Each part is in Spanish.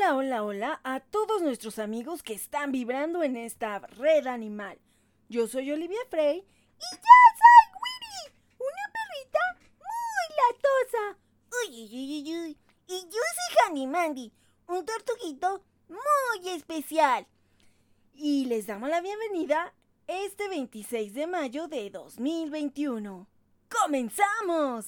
Hola, hola, hola a todos nuestros amigos que están vibrando en esta red animal. Yo soy Olivia Frey y yo soy Winnie, una perrita muy latosa. Uy, uy, uy, uy, uy. Y yo soy Handy Mandy, un tortuguito muy especial. Y les damos la bienvenida este 26 de mayo de 2021. ¡Comenzamos!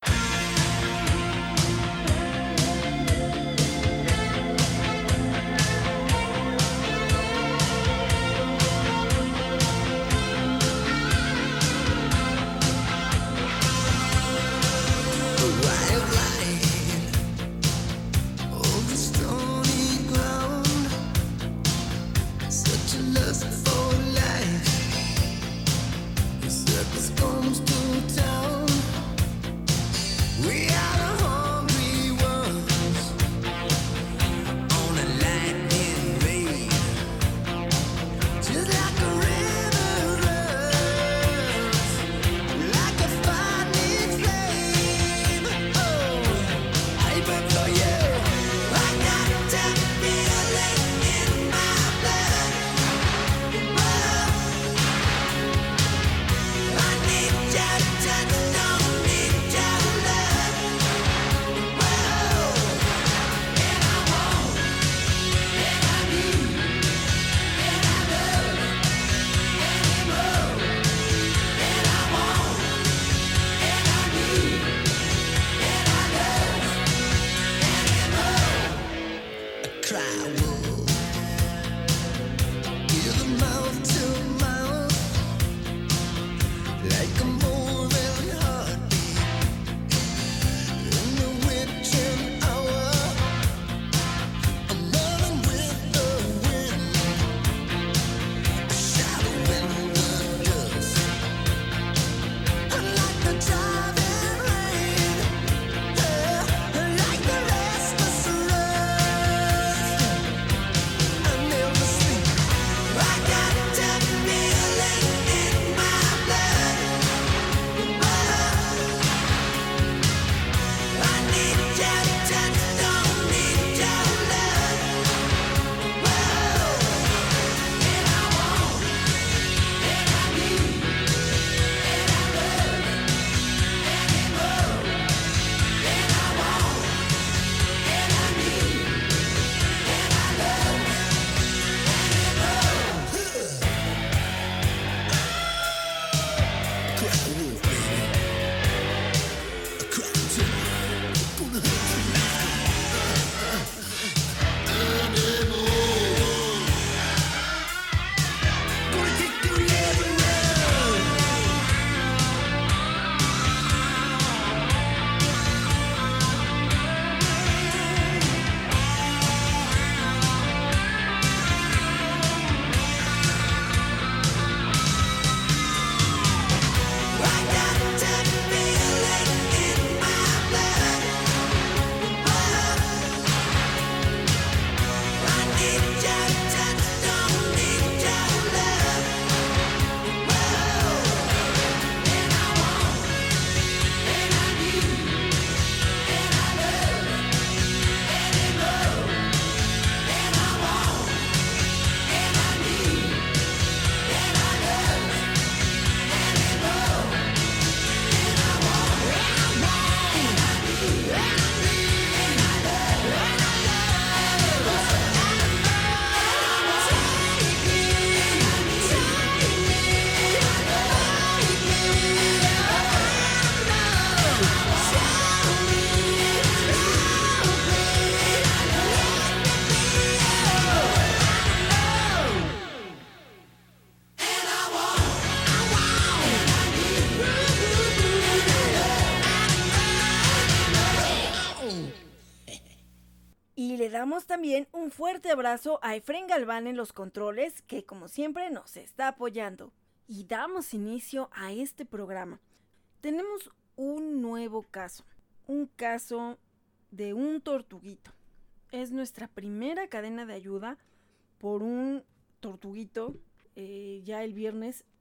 Y le damos también un fuerte abrazo a Efren Galván en los controles, que como siempre nos está apoyando. Y damos inicio a este programa. Tenemos un nuevo caso, un caso de un tortuguito. Es nuestra primera cadena de ayuda por un tortuguito. Ya el viernes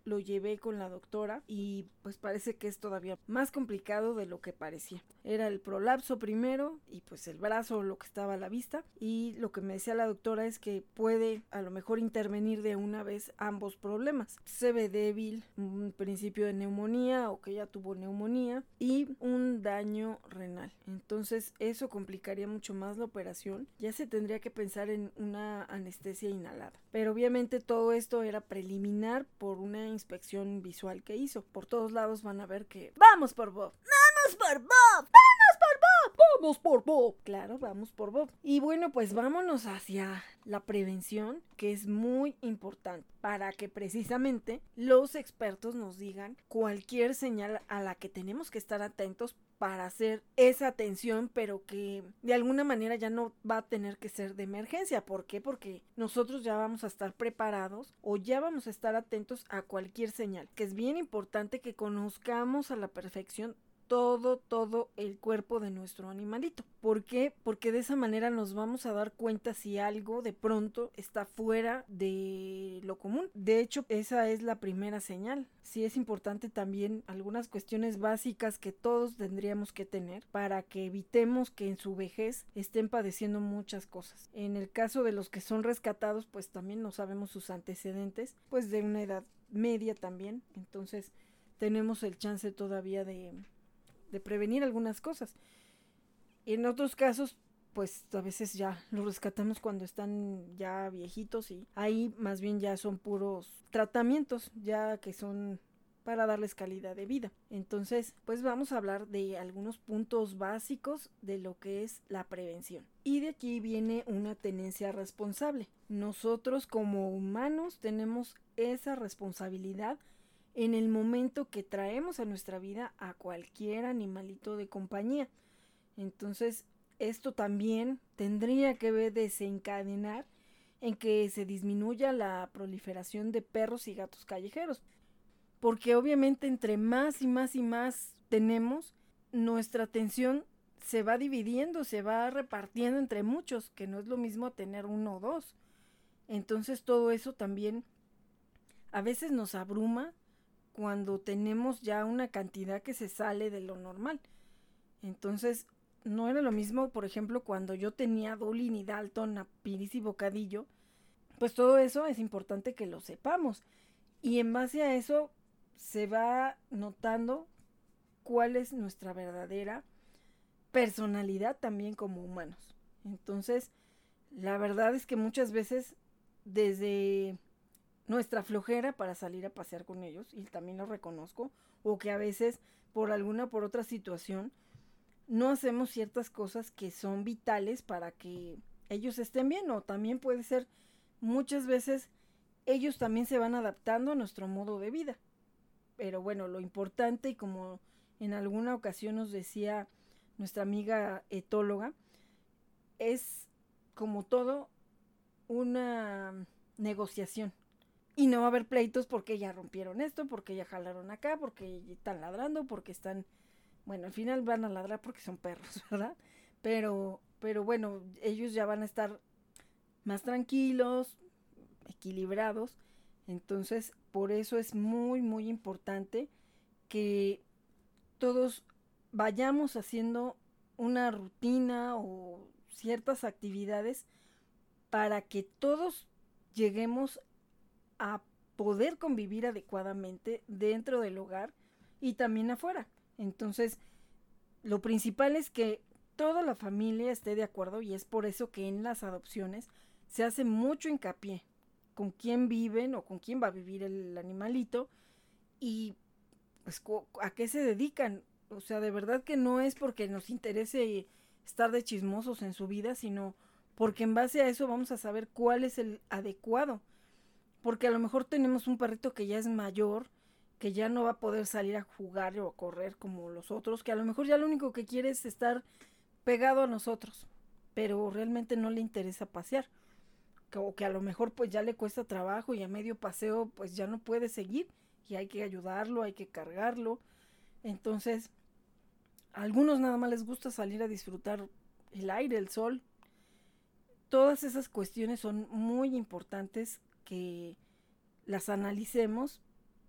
lo llevé con la doctora y pues parece que es todavía más complicado de lo que parecía. Era el prolapso primero y pues el brazo lo que estaba a la vista, y lo que me decía la doctora es que puede a lo mejor intervenir de una vez ambos problemas. Se ve débil, un principio de neumonía o que ya tuvo neumonía y un daño renal. Entonces eso complicaría mucho más la operación. Ya se tendría que pensar en una anestesia inhalada. Pero obviamente todo esto era preliminar por una inspección visual que hizo. Por todos lados van a ver que ¡vamos por Bob! ¡Vamos por Bob! ¡Vamos por Bob! Claro, vamos por Bob. Y bueno, pues vámonos hacia la prevención, que es muy importante para que precisamente los expertos nos digan cualquier señal a la que tenemos que estar atentos para hacer esa atención, pero que de alguna manera ya no va a tener que ser de emergencia. ¿Por qué? Porque nosotros ya vamos a estar preparados o ya vamos a estar atentos a cualquier señal, que es bien importante que conozcamos a la perfección todo el cuerpo de nuestro animalito. ¿Por qué? Porque de esa manera nos vamos a dar cuenta si algo de pronto está fuera de lo común. De hecho, esa es la primera señal. Sí es importante también algunas cuestiones básicas que todos tendríamos que tener para que evitemos que en su vejez estén padeciendo muchas cosas. En el caso de los que son rescatados, pues también no sabemos sus antecedentes, pues de una edad media también. Entonces tenemos el chance todavía de prevenir algunas cosas. En otros casos, pues a veces ya los rescatamos cuando están ya viejitos y ahí más bien ya son puros tratamientos, ya que son para darles calidad de vida. Entonces, pues vamos a hablar de algunos puntos básicos de lo que es la prevención. Y de aquí viene una tenencia responsable. Nosotros como humanos tenemos esa responsabilidad en el momento que traemos a nuestra vida a cualquier animalito de compañía. Entonces, esto también tendría que desencadenar en que se disminuya la proliferación de perros y gatos callejeros. Porque obviamente entre más y más tenemos, nuestra atención se va dividiendo, se va repartiendo entre muchos, que no es lo mismo tener uno o dos. Entonces todo eso también a veces nos abruma cuando tenemos ya una cantidad que se sale de lo normal. Entonces, no era lo mismo, por ejemplo, cuando yo tenía Dolly y Dalton, a Piris y Bocadillo, pues todo eso es importante que lo sepamos. Y en base a eso se va notando cuál es nuestra verdadera personalidad también como humanos. Entonces, la verdad es que muchas veces desde nuestra flojera para salir a pasear con ellos, y también lo reconozco, o que a veces por alguna o por otra situación no hacemos ciertas cosas que son vitales para que ellos estén bien, o también puede ser muchas veces ellos también se van adaptando a nuestro modo de vida. Pero bueno, lo importante, y como en alguna ocasión nos decía nuestra amiga etóloga, es como todo una negociación. Y no va a haber pleitos porque ya rompieron esto, porque ya jalaron acá, porque están ladrando, porque están... Bueno, al final van a ladrar porque son perros, ¿verdad? Pero bueno, ellos ya van a estar más tranquilos, equilibrados. Entonces, por eso es muy importante que todos vayamos haciendo una rutina o ciertas actividades para que todos lleguemos a poder convivir adecuadamente dentro del hogar y también afuera. Entonces, lo principal es que toda la familia esté de acuerdo, y es por eso que en las adopciones se hace mucho hincapié con quién viven o con quién va a vivir el animalito y pues a qué se dedican. O sea, de verdad que no es porque nos interese estar de chismosos en su vida, sino porque en base a eso vamos a saber cuál es el adecuado. Porque a lo mejor tenemos un perrito que ya es mayor, que ya no va a poder salir a jugar o a correr como los otros, que a lo mejor ya lo único que quiere es estar pegado a nosotros, pero realmente no le interesa pasear. O que a lo mejor pues ya le cuesta trabajo y a medio paseo pues ya no puede seguir y hay que ayudarlo, hay que cargarlo. Entonces, a algunos nada más les gusta salir a disfrutar el aire, el sol. Todas esas cuestiones son muy importantes que las analicemos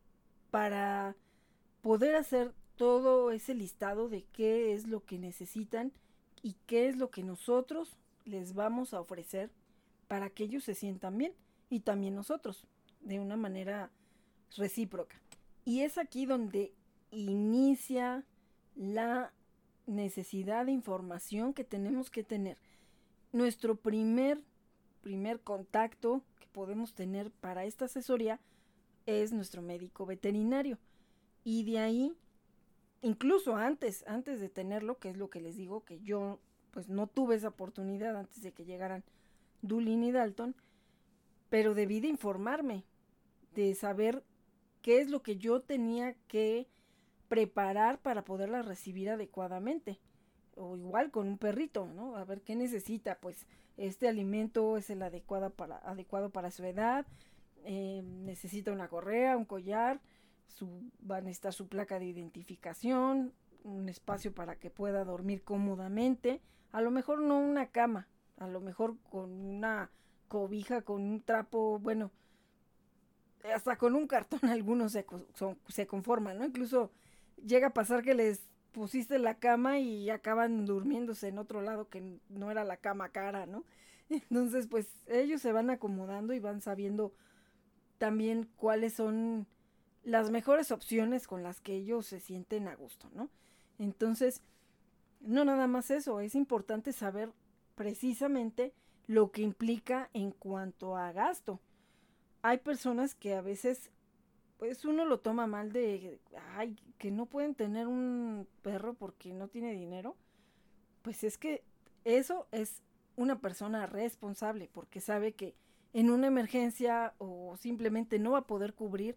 para poder hacer todo ese listado de qué es lo que necesitan y qué es lo que nosotros les vamos a ofrecer para que ellos se sientan bien y también nosotros, de una manera recíproca. Y es aquí donde inicia la necesidad de información que tenemos que tener. Nuestro primer contacto que podemos tener para esta asesoría es nuestro médico veterinario. Y de ahí, incluso antes de tenerlo, que es lo que les digo, que yo pues no tuve esa oportunidad antes de que llegaran Dulin y Dalton, pero debí de informarme, de saber qué es lo que yo tenía que preparar para poderla recibir adecuadamente. O igual con un perrito, ¿no? A ver qué necesita, pues este alimento es el adecuado para su edad, necesita una correa, un collar, va a necesitar su placa de identificación, un espacio para que pueda dormir cómodamente, a lo mejor no una cama, a lo mejor con una cobija, con un trapo, bueno, hasta con un cartón algunos se conforman, ¿no? Incluso llega a pasar que les pusiste la cama y acaban durmiéndose en otro lado que no era la cama cara, ¿no? Entonces, pues ellos se van acomodando y van sabiendo también cuáles son las mejores opciones con las que ellos se sienten a gusto, ¿no? Entonces, no nada más eso, es importante saber precisamente lo que implica en cuanto a gasto. Hay personas que a veces pues uno lo toma mal de, ay, que no pueden tener un perro porque no tiene dinero. Pues es que eso es una persona responsable porque sabe que en una emergencia o simplemente no va a poder cubrir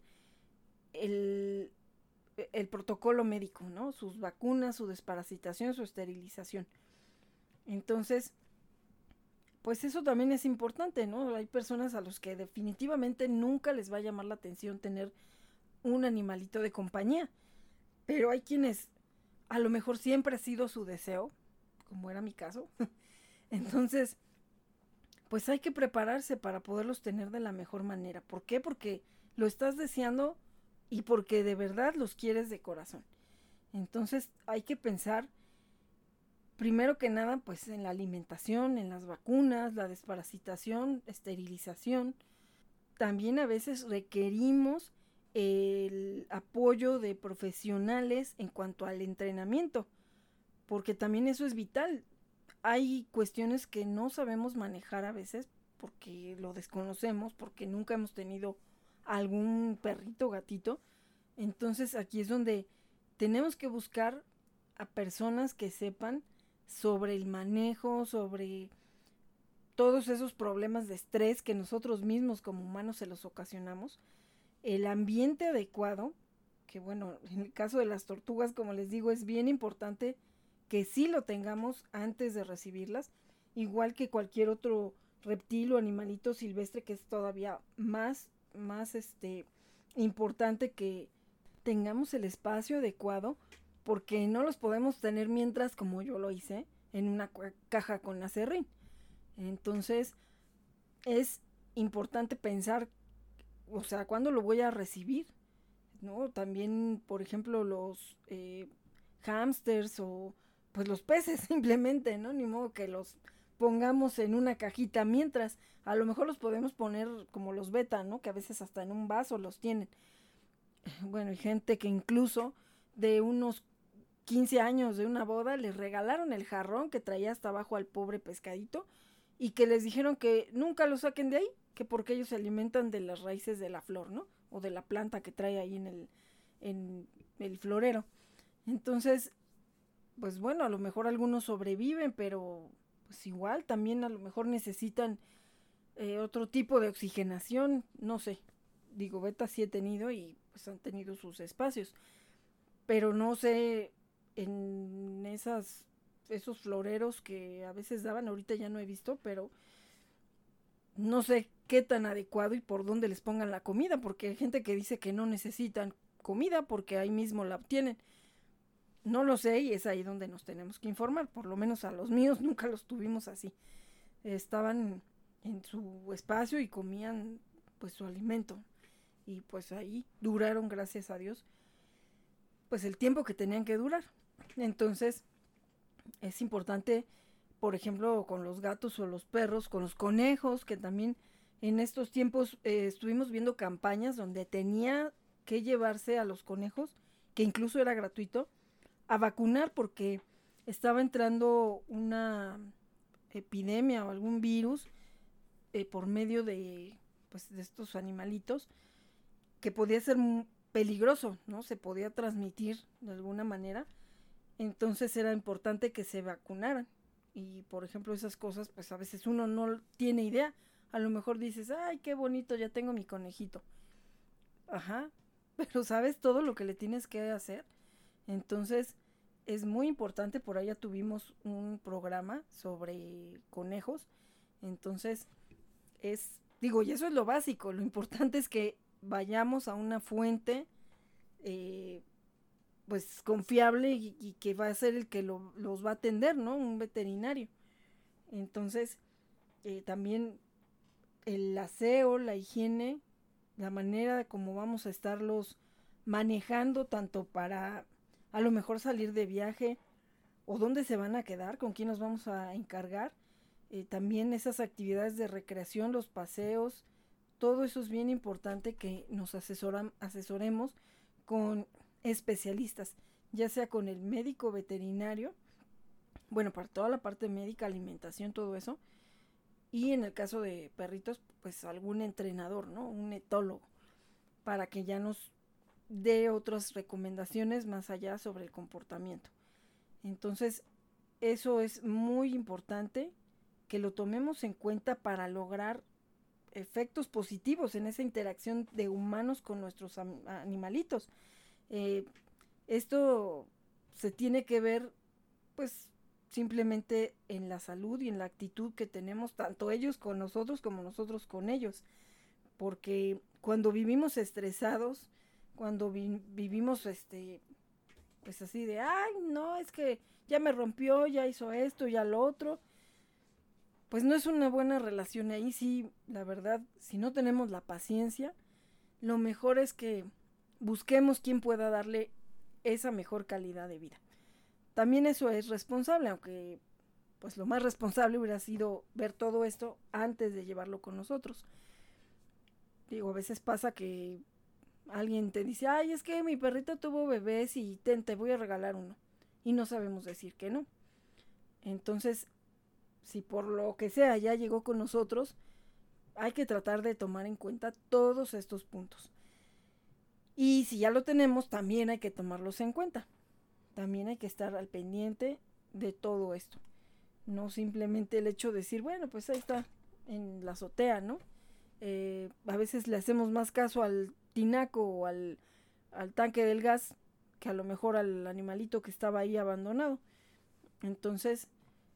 el, el protocolo médico, ¿no? Sus vacunas, su desparasitación, su esterilización. Entonces, pues eso también es importante, ¿no? Hay personas a los que definitivamente nunca les va a llamar la atención tener un animalito de compañía, pero hay quienes a lo mejor siempre ha sido su deseo, como era mi caso. Entonces, pues hay que prepararse para poderlos tener de la mejor manera. ¿Por qué? Porque lo estás deseando y porque de verdad los quieres de corazón. Entonces hay que pensar primero que nada pues en la alimentación, en las vacunas, la desparasitación, esterilización. También a veces requerimos el apoyo de profesionales en cuanto al entrenamiento, porque también eso es vital. Hay cuestiones que no sabemos manejar a veces porque lo desconocemos, porque nunca hemos tenido algún perrito o gatito. Entonces aquí es donde tenemos que buscar a personas que sepan sobre el manejo, sobre todos esos problemas de estrés que nosotros mismos como humanos se los ocasionamos, el ambiente adecuado, que bueno, en el caso de las tortugas, como les digo, es bien importante que sí lo tengamos antes de recibirlas, igual que cualquier otro reptil o animalito silvestre, que es todavía más importante que tengamos el espacio adecuado, porque no los podemos tener mientras, como yo lo hice, en una caja con acerrín. Entonces, es importante pensar, o sea, ¿cuándo lo voy a recibir? ¿No? También, por ejemplo, los hámsters o pues los peces simplemente, ¿no? Ni modo que los pongamos en una cajita mientras. A lo mejor los podemos poner como los beta, ¿no? Que a veces hasta en un vaso los tienen. Bueno, hay gente que incluso de unos 15 años de una boda les regalaron el jarrón que traía hasta abajo al pobre pescadito y que les dijeron que nunca lo saquen de ahí, que porque ellos se alimentan de las raíces de la flor, ¿no? O de la planta que trae ahí en el florero. Entonces, pues bueno, a lo mejor algunos sobreviven, pero pues igual también a lo mejor necesitan otro tipo de oxigenación, no sé. Digo, beta sí he tenido y pues han tenido sus espacios, pero no sé en esos floreros que a veces daban, ahorita ya no he visto, pero no sé qué tan adecuado y por dónde les pongan la comida, porque hay gente que dice que no necesitan comida porque ahí mismo la obtienen. No lo sé y es ahí donde nos tenemos que informar, por lo menos a los míos nunca los tuvimos así. Estaban en su espacio y comían pues su alimento. y pues ahí duraron, gracias a Dios, pues el tiempo que tenían que durar. Entonces es importante, por ejemplo, con los gatos o los perros, con los conejos, que también en estos tiempos estuvimos viendo campañas donde tenía que llevarse a los conejos, que incluso era gratuito, a vacunar porque estaba entrando una epidemia o algún virus por medio de, pues, de estos animalitos que podía ser peligroso, ¿no? Se podía transmitir de alguna manera. Entonces era importante que se vacunaran. Y por ejemplo esas cosas, pues a veces uno no tiene idea. A lo mejor dices, ay, qué bonito, ya tengo mi conejito. Ajá, pero sabes todo lo que le tienes que hacer. Entonces es muy importante, por allá tuvimos un programa sobre conejos. Entonces digo, y eso es lo básico. Lo importante es que vayamos a una fuente eh, pues confiable y que va a ser el que los va a atender, ¿no? Un veterinario. Entonces, también el aseo, la higiene, la manera de cómo vamos a estarlos manejando, tanto para a lo mejor salir de viaje o dónde se van a quedar, con quién nos vamos a encargar. También esas actividades de recreación, los paseos, todo eso es bien importante que nos asesoremos con especialistas, ya sea con el médico veterinario, bueno, para toda la parte médica, alimentación, todo eso, y en el caso de perritos, pues algún entrenador, ¿no? Un etólogo, para que ya nos dé otras recomendaciones más allá sobre el comportamiento. Entonces, eso es muy importante que lo tomemos en cuenta para lograr efectos positivos en esa interacción de humanos con nuestros animalitos. Eh, Esto se tiene que ver, pues, simplemente en la salud y en la actitud que tenemos tanto ellos con nosotros como nosotros con ellos. Porque cuando vivimos estresados, cuando vivimos, pues así de, ay, no, es que ya me rompió, ya hizo esto, ya lo otro, pues no es una buena relación. Ahí sí, la verdad, si no tenemos la paciencia, lo mejor es que busquemos quien pueda darle esa mejor calidad de vida. También eso es responsable, aunque pues lo más responsable hubiera sido ver todo esto antes de llevarlo con nosotros. Digo, a veces pasa que alguien te dice, ay, es que mi perrita tuvo bebés y te voy a regalar uno. Y no sabemos decir que no. Entonces, si por lo que sea ya llegó con nosotros, hay que tratar de tomar en cuenta todos estos puntos. Y si ya lo tenemos, también hay que tomarlos en cuenta. También hay que estar al pendiente de todo esto. No simplemente el hecho de decir, bueno, pues ahí está, en la azotea, ¿no? A veces le hacemos más caso al tinaco o al tanque del gas que a lo mejor al animalito que estaba ahí abandonado. Entonces,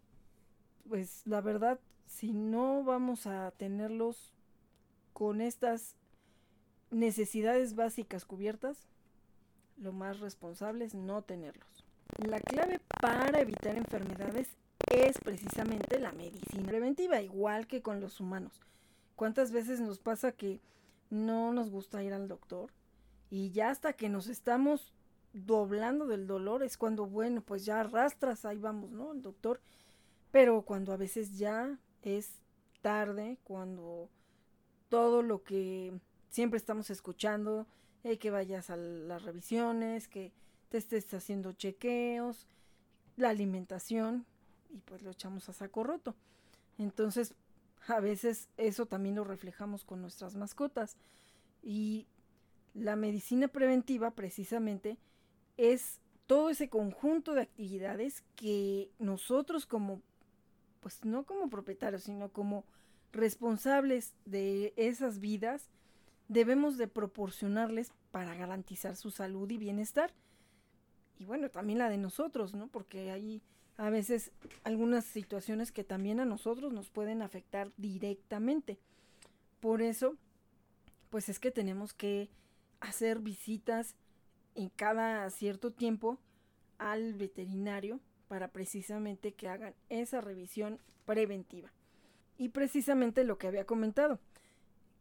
pues la verdad, si no vamos a tenerlos con estas necesidades básicas cubiertas, lo más responsable es no tenerlos. La clave para evitar enfermedades es precisamente la medicina preventiva, igual que con los humanos. ¿Cuántas veces nos pasa que no nos gusta ir al doctor? Y ya hasta que nos estamos doblando del dolor es cuando, bueno, pues ya arrastras, ahí vamos, ¿no? El doctor. Pero cuando a veces ya es tarde, cuando todo lo que siempre estamos escuchando, que vayas a las revisiones, que te estés haciendo chequeos, la alimentación, y pues lo echamos a saco roto. Entonces, a veces eso también lo reflejamos con nuestras mascotas. Y la medicina preventiva precisamente es todo ese conjunto de actividades que nosotros como, pues no como propietarios, sino como responsables de esas vidas, debemos de proporcionarles para garantizar su salud y bienestar. Y bueno, también la de nosotros, ¿no? Porque hay a veces algunas situaciones que también a nosotros nos pueden afectar directamente. Por eso, pues es que tenemos que hacer visitas en cada cierto tiempo al veterinario para precisamente que hagan esa revisión preventiva. Y precisamente lo que había comentado,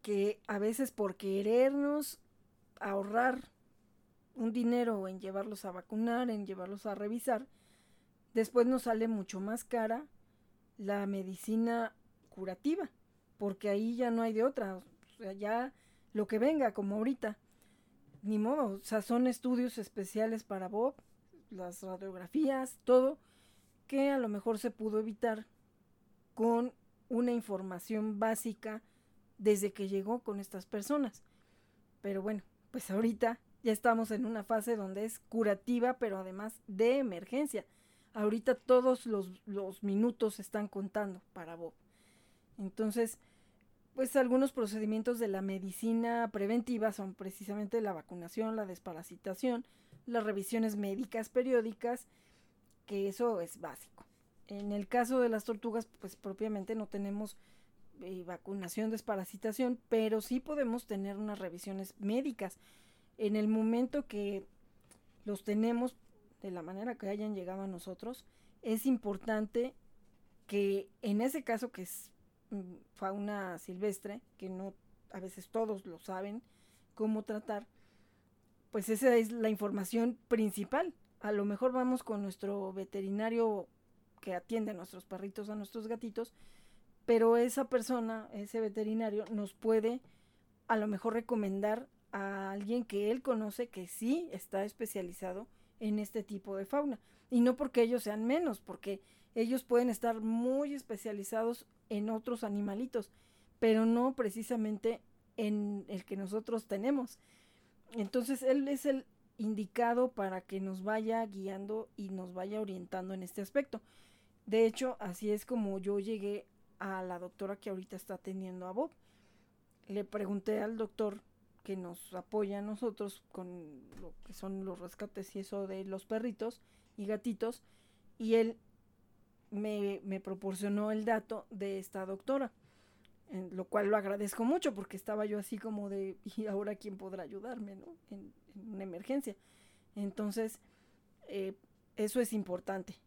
que a veces por querernos ahorrar un dinero en llevarlos a vacunar, en llevarlos a revisar, después nos sale mucho más cara la medicina curativa, porque ahí ya no hay de otra, o sea, ya lo que venga, como ahorita, ni modo, o sea, son estudios especiales para Bob, las radiografías, todo, que a lo mejor se pudo evitar con una información básica desde que llegó con estas personas. Pero bueno, pues ahorita ya estamos en una fase donde es curativa, pero además de emergencia. Ahorita todos los minutos están contando para Bob. Entonces, pues algunos procedimientos de la medicina preventiva son precisamente la vacunación, la desparasitación, las revisiones médicas periódicas, que eso es básico. En el caso de las tortugas, pues propiamente no tenemos vacunación, desparasitación, pero sí podemos tener unas revisiones médicas. En el momento que los tenemos, de la manera que hayan llegado a nosotros, es importante que en ese caso que es fauna silvestre, que no a veces todos lo saben cómo tratar, pues esa es la información principal. A lo mejor vamos con nuestro veterinario que atiende a nuestros perritos, a nuestros gatitos, pero esa persona, ese veterinario, nos puede a lo mejor recomendar a alguien que él conoce que sí está especializado en este tipo de fauna. Y no porque ellos sean menos, porque ellos pueden estar muy especializados en otros animalitos, pero no precisamente en el que nosotros tenemos. Entonces él es el indicado para que nos vaya guiando y nos vaya orientando en este aspecto. De hecho, así es como yo llegué a la doctora que ahorita está atendiendo a Bob. Le pregunté al doctor que nos apoya a nosotros con lo que son los rescates y eso de los perritos y gatitos, y él me proporcionó el dato de esta doctora, lo cual lo agradezco mucho porque estaba yo así como de, ¿y ahora quién podrá ayudarme, no? En una emergencia. Entonces, eso es importante,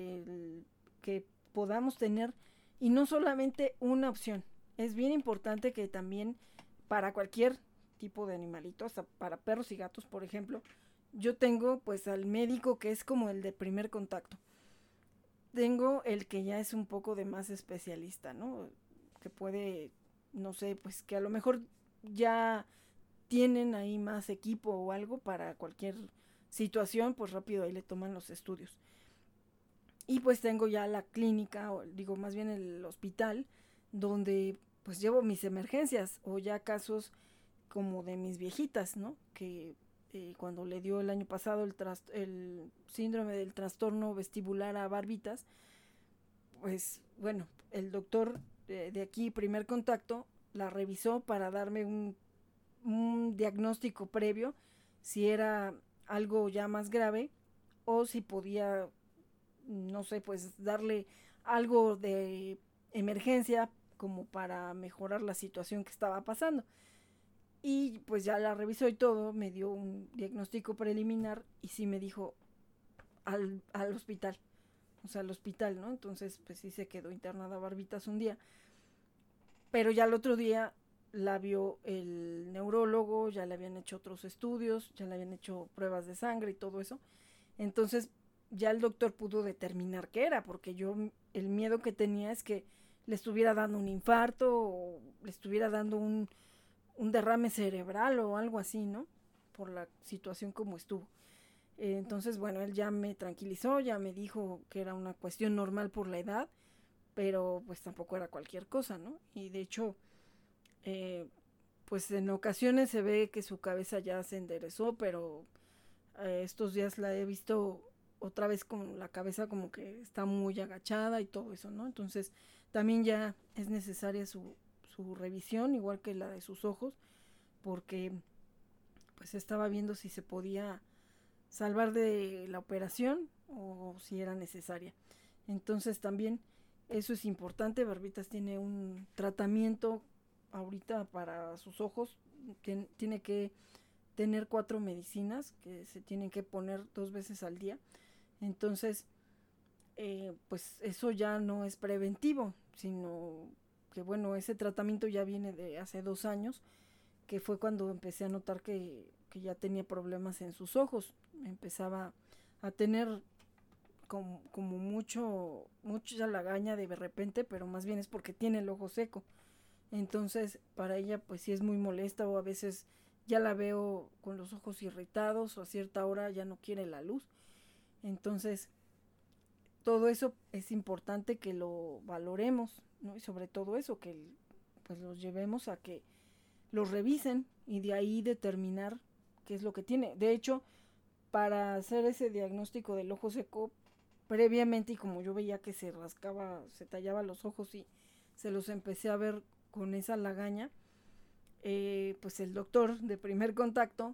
que podamos tener, y no solamente una opción, es bien importante que también para cualquier tipo de animalito, hasta para perros y gatos, por ejemplo, yo tengo pues al médico que es como el de primer contacto. Tengo el que ya es un poco de más especialista, ¿no? Que puede, no sé, pues que a lo mejor ya tienen ahí más equipo o algo para cualquier situación, pues rápido ahí le toman los estudios. Y pues tengo ya la clínica, o digo más bien el hospital, donde pues llevo mis emergencias o ya casos como de mis viejitas, ¿no? Que cuando le dio el año pasado el síndrome del trastorno vestibular a Barbitas, pues bueno, el doctor de aquí, primer contacto, la revisó para darme un diagnóstico previo, si era algo ya más grave o si podía, no sé, pues darle algo de emergencia como para mejorar la situación que estaba pasando. Y pues ya la revisó y todo, me dio un diagnóstico preliminar y sí me dijo al hospital, o sea, al hospital, ¿no? Entonces, pues sí se quedó internada Barbitas un día, pero ya el otro día la vio el neurólogo, ya le habían hecho otros estudios, ya le habían hecho pruebas de sangre y todo eso. Entonces, ya el doctor pudo determinar qué era, porque yo el miedo que tenía es que le estuviera dando un infarto o le estuviera dando un derrame cerebral o algo así, ¿no? Por la situación como estuvo. Entonces, bueno, él ya me tranquilizó, ya me dijo que era una cuestión normal por la edad, pero pues tampoco era cualquier cosa, ¿no? Y de hecho, eh, pues en ocasiones se ve que su cabeza ya se enderezó, pero estos días la he visto otra vez con la cabeza como que está muy agachada y todo eso, ¿no? Entonces también ya es necesaria su revisión, igual que la de sus ojos, porque pues estaba viendo si se podía salvar de la operación o si era necesaria. Entonces también eso es importante. Barbitas tiene un tratamiento ahorita para sus ojos. Tiene que tener 4 medicinas que se tienen que poner 2 veces al día. Entonces, pues eso ya no es preventivo, sino porque bueno, ese tratamiento ya viene de hace 2 años, que fue cuando empecé a notar que ya tenía problemas en sus ojos. Empezaba a tener como mucha lagaña de repente, pero más bien es porque tiene el ojo seco. Entonces, para ella pues sí es muy molesta, o a veces ya la veo con los ojos irritados, o a cierta hora ya no quiere la luz. Entonces, todo eso es importante que lo valoremos, ¿no? Y sobre todo eso, que pues los llevemos a que los revisen y de ahí determinar qué es lo que tiene. De hecho, para hacer ese diagnóstico del ojo seco, previamente, y como yo veía que se rascaba, se tallaba los ojos y se los empecé a ver con esa lagaña, pues el doctor de primer contacto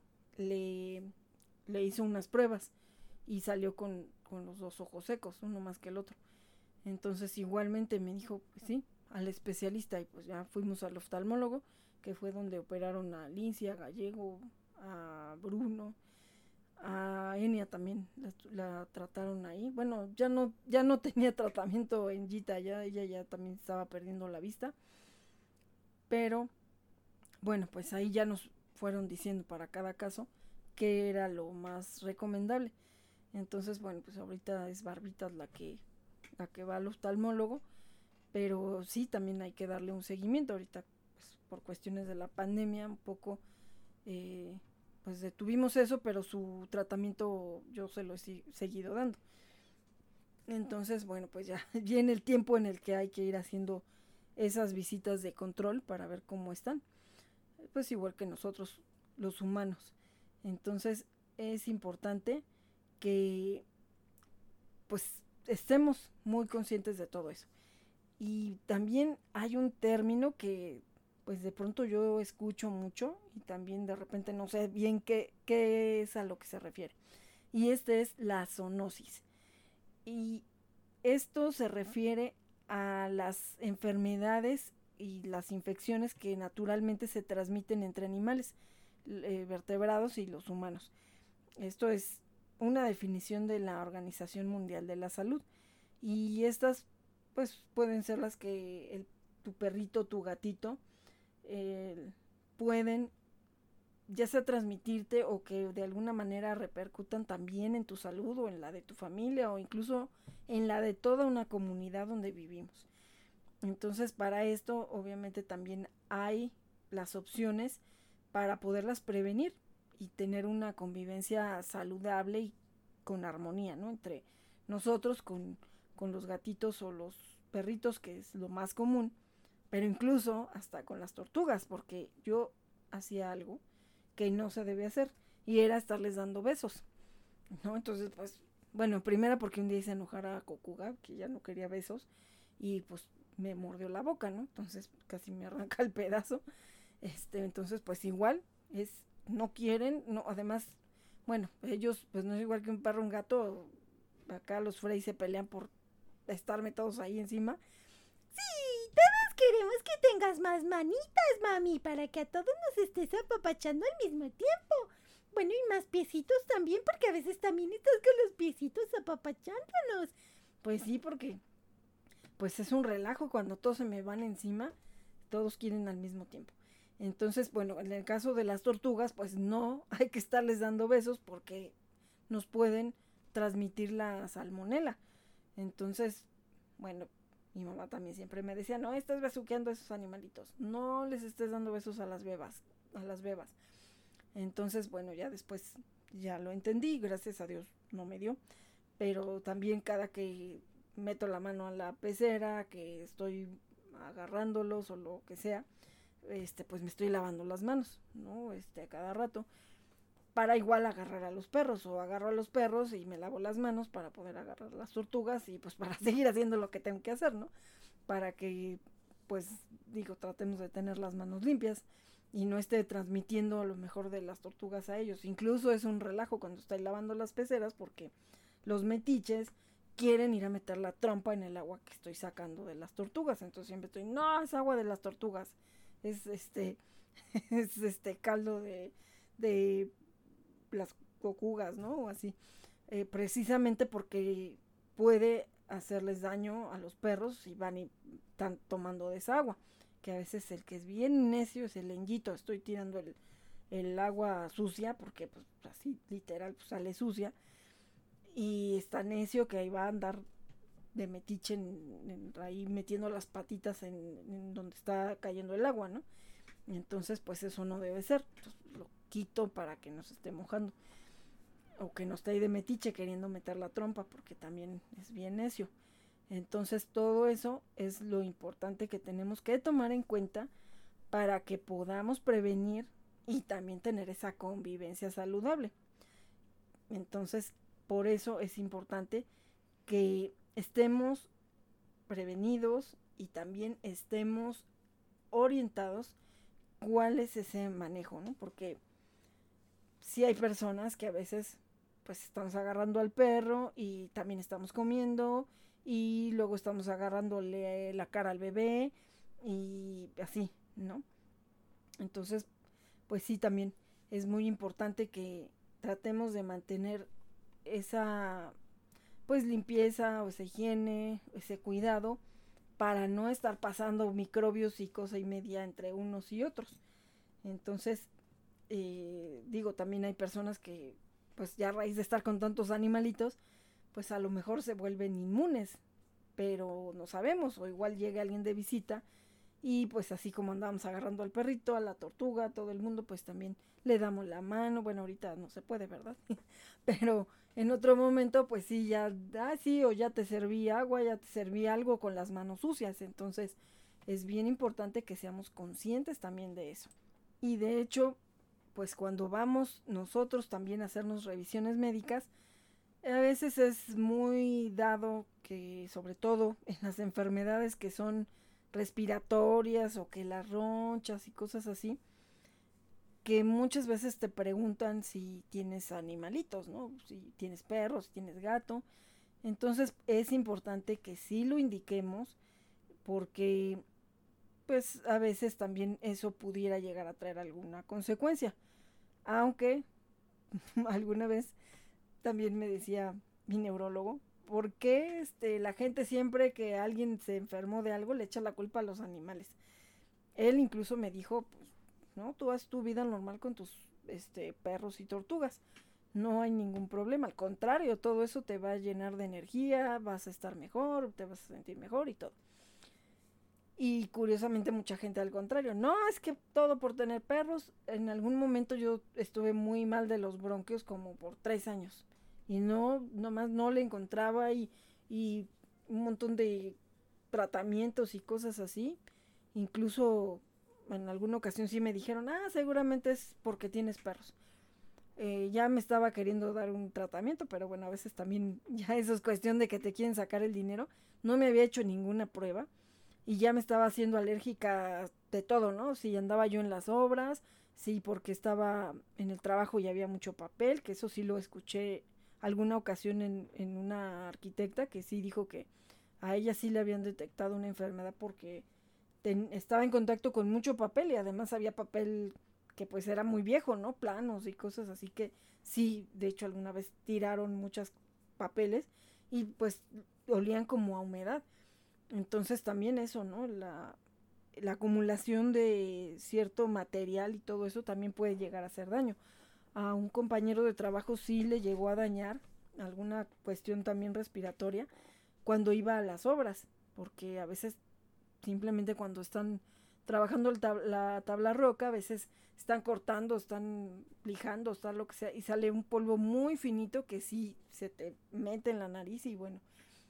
le hizo unas pruebas y salió con los dos ojos secos, uno más que el otro. Entonces igualmente me dijo, pues sí, al especialista, y pues ya fuimos al oftalmólogo, que fue donde operaron a Lindsay, a Gallego, a Bruno, a Enia también la trataron ahí. Bueno, ya no tenía tratamiento en Gita, ya ella ya también estaba perdiendo la vista, pero bueno, pues ahí ya nos fueron diciendo para cada caso qué era lo más recomendable. Entonces, bueno, pues ahorita es Barbitas la que va al oftalmólogo, pero sí, también hay que darle un seguimiento. Ahorita, pues, por cuestiones de la pandemia, un poco, eh, pues detuvimos eso, pero su tratamiento yo se lo he seguido dando. Entonces, bueno, pues ya viene el tiempo en el que hay que ir haciendo esas visitas de control para ver cómo están. Pues igual que nosotros, los humanos. Entonces, es importante que pues estemos muy conscientes de todo eso. Y también hay un término que pues de pronto yo escucho mucho y también de repente no sé bien qué es a lo que se refiere. Y este es la zoonosis. Y esto se refiere a las enfermedades y las infecciones que naturalmente se transmiten entre animales vertebrados y los humanos. Esto es una definición de la Organización Mundial de la Salud. Y estas pues pueden ser las que tu perrito, tu gatito, eh, pueden ya sea transmitirte, o que de alguna manera repercutan también en tu salud o en la de tu familia o incluso en la de toda una comunidad donde vivimos. Entonces, para esto obviamente también hay las opciones para poderlas prevenir y tener una convivencia saludable y con armonía, ¿no? Entre nosotros con los gatitos o los perritos, que es lo más común, pero incluso hasta con las tortugas, porque yo hacía algo que no se debe hacer, y era estarles dando besos, ¿no? Entonces, pues, bueno, primero porque un día hice enojar a Kokuga, que ya no quería besos, y pues me mordió la boca, ¿no? Entonces casi me arranca el pedazo. Entonces, pues igual, no quieren, no, además, bueno, ellos, pues no es igual que un perro o un gato, acá los Frey se pelean por estarme todos ahí encima. Sí, todos queremos que tengas más manitas, mami, para que a todos nos estés apapachando al mismo tiempo. Bueno, y más piecitos también, porque a veces también estás con los piecitos apapachándonos. Pues sí, porque pues es un relajo cuando todos se me van encima, todos quieren al mismo tiempo. Entonces, bueno, en el caso de las tortugas, pues no hay que estarles dando besos porque nos pueden transmitir la salmonela. Entonces, bueno, mi mamá también siempre me decía, no estás besuqueando a esos animalitos, no les estés dando besos a las bebas. Entonces, bueno, ya después ya lo entendí, gracias a Dios no me dio, pero también cada que meto la mano a la pecera, que estoy agarrándolos o lo que sea, pues me estoy lavando las manos, ¿no? A cada rato, para igual agarrar a los perros, o agarro a los perros y me lavo las manos para poder agarrar las tortugas, y pues para seguir haciendo lo que tengo que hacer, ¿no? Para que, pues, digo, tratemos de tener las manos limpias y no esté transmitiendo a lo mejor de las tortugas a ellos. Incluso es un relajo cuando estoy lavando las peceras, porque los metiches quieren ir a meter la trompa en el agua que estoy sacando de las tortugas. Entonces siempre estoy, no, es agua de las tortugas. Es es caldo de las cocugas, ¿no? O así. Precisamente porque puede hacerles daño a los perros y van y están tomando de esa agua, que a veces el que es bien necio es el lenguito, estoy tirando el agua sucia, porque pues así literal pues, sale sucia, y está necio que ahí va a andar de metiche ahí metiendo las patitas en donde está cayendo el agua, ¿no? Entonces pues eso no debe ser, entonces, lo quito para que no se esté mojando, o que no esté ahí de metiche queriendo meter la trompa, porque también es bien necio. Entonces todo eso es lo importante que tenemos que tomar en cuenta para que podamos prevenir y también tener esa convivencia saludable. Entonces por eso es importante que estemos prevenidos y también estemos orientados cuál es ese manejo, ¿no? Porque sí hay personas que a veces pues estamos agarrando al perro y también estamos comiendo y luego estamos agarrándole la cara al bebé y así, ¿no? Entonces, pues sí, también es muy importante que tratemos de mantener esa pues limpieza o esa higiene, ese cuidado para no estar pasando microbios y cosa y media entre unos y otros. Entonces, digo, también hay personas que pues ya a raíz de estar con tantos animalitos, pues a lo mejor se vuelven inmunes, pero no sabemos, o igual llega alguien de visita y pues así como andamos agarrando al perrito, a la tortuga, a todo el mundo, pues también le damos la mano. Bueno, ahorita no se puede, ¿verdad? Pero en otro momento, pues sí, ya, sí, o ya te serví agua, ya te serví algo con las manos sucias. Entonces es bien importante que seamos conscientes también de eso. Y de hecho, pues cuando vamos nosotros también a hacernos revisiones médicas, a veces es muy dado que, sobre todo en las enfermedades que son respiratorias o que las ronchas y cosas así, que muchas veces te preguntan si tienes animalitos, ¿no? Si tienes perros, si tienes gato. Entonces es importante que sí lo indiquemos porque pues a veces también eso pudiera llegar a traer alguna consecuencia. Aunque alguna vez también me decía mi neurólogo, ¿por qué la gente siempre que alguien se enfermó de algo le echa la culpa a los animales? Él incluso me dijo, pues, no, tú haz tu vida normal con tus perros y tortugas. No hay ningún problema, al contrario, todo eso te va a llenar de energía, vas a estar mejor, te vas a sentir mejor y todo. Y curiosamente mucha gente al contrario, no, es que todo por tener perros. En algún momento yo estuve muy mal de los bronquios como por 3 años y no, nomás no le encontraba y un montón de tratamientos y cosas así. Incluso en alguna ocasión sí me dijeron, seguramente es porque tienes perros. Ya me estaba queriendo dar un tratamiento, pero bueno, a veces también ya eso es cuestión de que te quieren sacar el dinero. No me había hecho ninguna prueba y ya me estaba haciendo alérgica de todo, ¿no? Si andaba yo en las obras, sí, porque estaba en el trabajo y había mucho papel, que eso sí lo escuché alguna ocasión en una arquitecta que sí dijo que a ella sí le habían detectado una enfermedad porque estaba en contacto con mucho papel y además había papel que pues era muy viejo, ¿no? Planos y cosas así que sí, de hecho alguna vez tiraron muchos papeles y pues olían como a humedad. Entonces también eso, ¿no? La acumulación de cierto material y todo eso también puede llegar a hacer daño. A un compañero de trabajo sí le llegó a dañar alguna cuestión también respiratoria cuando iba a las obras, porque a veces simplemente cuando están trabajando la tabla roca, a veces están cortando, están lijando, está lo que sea, y sale un polvo muy finito que sí se te mete en la nariz y bueno,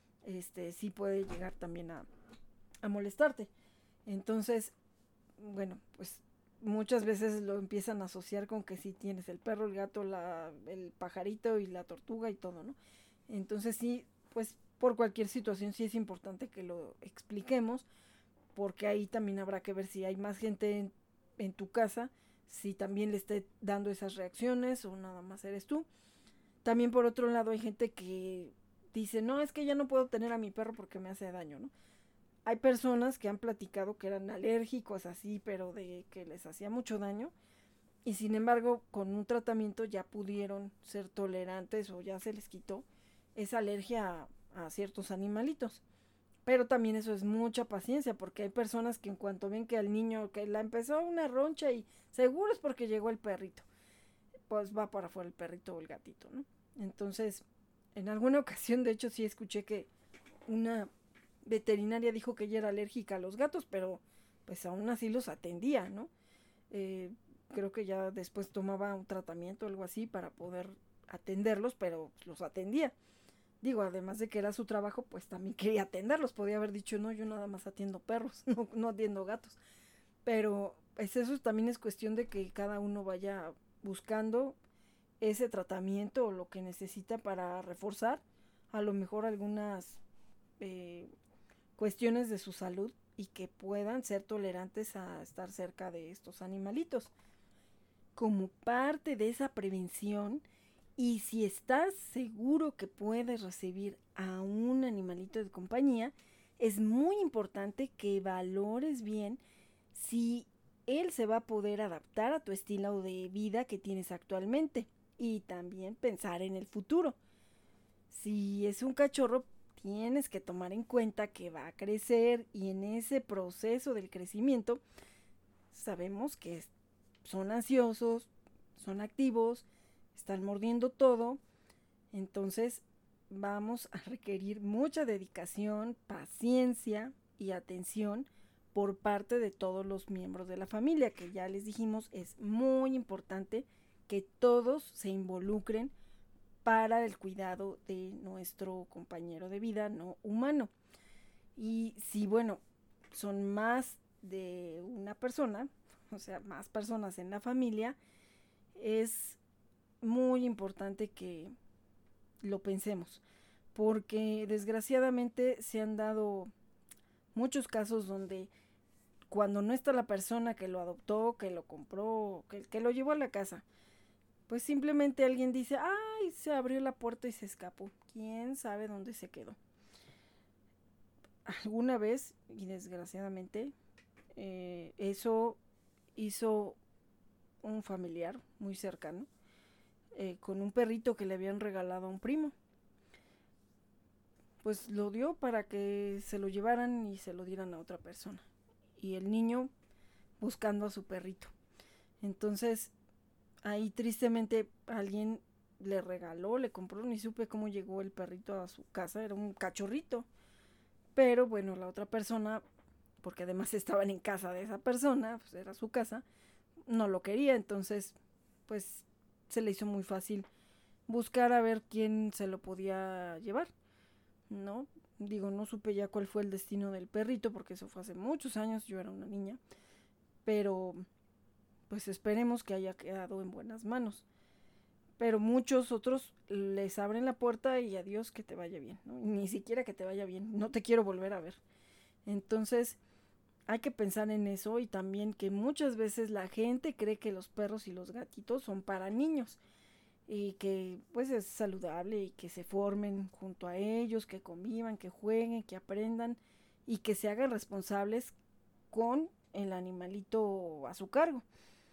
sí puede llegar también a molestarte. Entonces, bueno, pues muchas veces lo empiezan a asociar con que sí tienes el perro, el gato, el pajarito y la tortuga y todo, ¿no? Entonces sí, pues por cualquier situación sí es importante que lo expliquemos, porque ahí también habrá que ver si hay más gente en tu casa, si también le esté dando esas reacciones o nada más eres tú. También por otro lado hay gente que dice, no, es que ya no puedo tener a mi perro porque me hace daño, ¿no? Hay personas que han platicado que eran alérgicos así, pero de que les hacía mucho daño y sin embargo con un tratamiento ya pudieron ser tolerantes o ya se les quitó esa alergia a ciertos animalitos. Pero también eso es mucha paciencia, porque hay personas que en cuanto ven que al niño que la empezó una roncha y seguro es porque llegó el perrito, pues va para afuera el perrito o el gatito, ¿no? Entonces, en alguna ocasión, de hecho, sí escuché que una veterinaria dijo que ella era alérgica a los gatos, pero pues aún así los atendía, ¿no? Eh, Creo que ya después tomaba un tratamiento o algo así para poder atenderlos, pero los atendía. Digo, además de que era su trabajo, pues también quería atenderlos. Podía haber dicho, no, yo nada más atiendo perros, no atiendo gatos. Pero pues eso también es cuestión de que cada uno vaya buscando ese tratamiento o lo que necesita para reforzar a lo mejor algunas eh, cuestiones de su salud y que puedan ser tolerantes a estar cerca de estos animalitos. Como parte de esa prevención, y si estás seguro que puedes recibir a un animalito de compañía, es muy importante que valores bien si él se va a poder adaptar a tu estilo de vida que tienes actualmente y también pensar en el futuro. Si es un cachorro, tienes que tomar en cuenta que va a crecer y en ese proceso del crecimiento sabemos que son ansiosos, son activos, están mordiendo todo, entonces vamos a requerir mucha dedicación, paciencia y atención por parte de todos los miembros de la familia, que ya les dijimos es muy importante que todos se involucren para el cuidado de nuestro compañero de vida no humano. Y si, bueno, son más de una persona, o sea, más personas en la familia, es muy importante que lo pensemos, porque desgraciadamente se han dado muchos casos donde cuando no está la persona que lo adoptó, que lo compró, que lo llevó a la casa, pues simplemente alguien dice, ay, se abrió la puerta y se escapó. ¿Quién sabe dónde se quedó? Alguna vez, y desgraciadamente, eso hizo un familiar muy cercano, con un perrito que le habían regalado a un primo. Pues lo dio para que se lo llevaran y se lo dieran a otra persona. Y el niño buscando a su perrito. Entonces, ahí tristemente alguien le regaló, le compró, ni supe cómo llegó el perrito a su casa, era un cachorrito. Pero bueno, la otra persona, porque además estaban en casa de esa persona, pues era su casa, no lo quería, entonces pues se le hizo muy fácil buscar a ver quién se lo podía llevar, ¿no? Digo, no supe ya cuál fue el destino del perrito, porque eso fue hace muchos años, yo era una niña, pero pues esperemos que haya quedado en buenas manos. Pero muchos otros les abren la puerta y adiós, que te vaya bien, ¿no? Ni siquiera que te vaya bien, no te quiero volver a ver. Entonces hay que pensar en eso y también que muchas veces la gente cree que los perros y los gatitos son para niños y que pues es saludable y que se formen junto a ellos, que convivan, que jueguen, que aprendan y que se hagan responsables con el animalito a su cargo.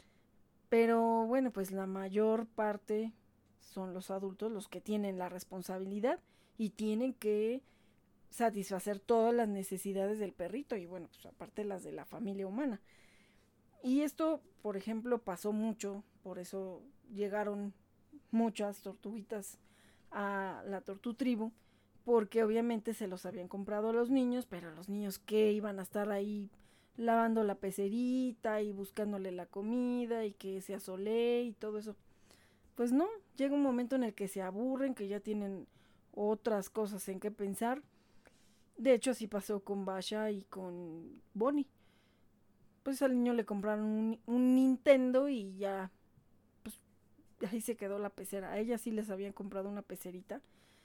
Pero bueno, pues la mayor parte son los adultos los que tienen la responsabilidad y tienen que satisfacer todas las necesidades del perrito y bueno, pues aparte las de la familia humana. Y esto, por ejemplo, pasó mucho, por eso llegaron muchas tortuguitas a la tortutribu, porque obviamente se los habían comprado a los niños, pero los niños que iban a estar ahí lavando la pecerita y buscándole la comida y que se asole y todo eso. Pues no, llega un momento en el que se aburren, que ya tienen otras cosas en que pensar. De hecho, así pasó con Basha y con Bonnie. Pues al niño le compraron un Nintendo y ya, pues ahí se quedó la pecera. A ella sí les habían comprado una pecerita,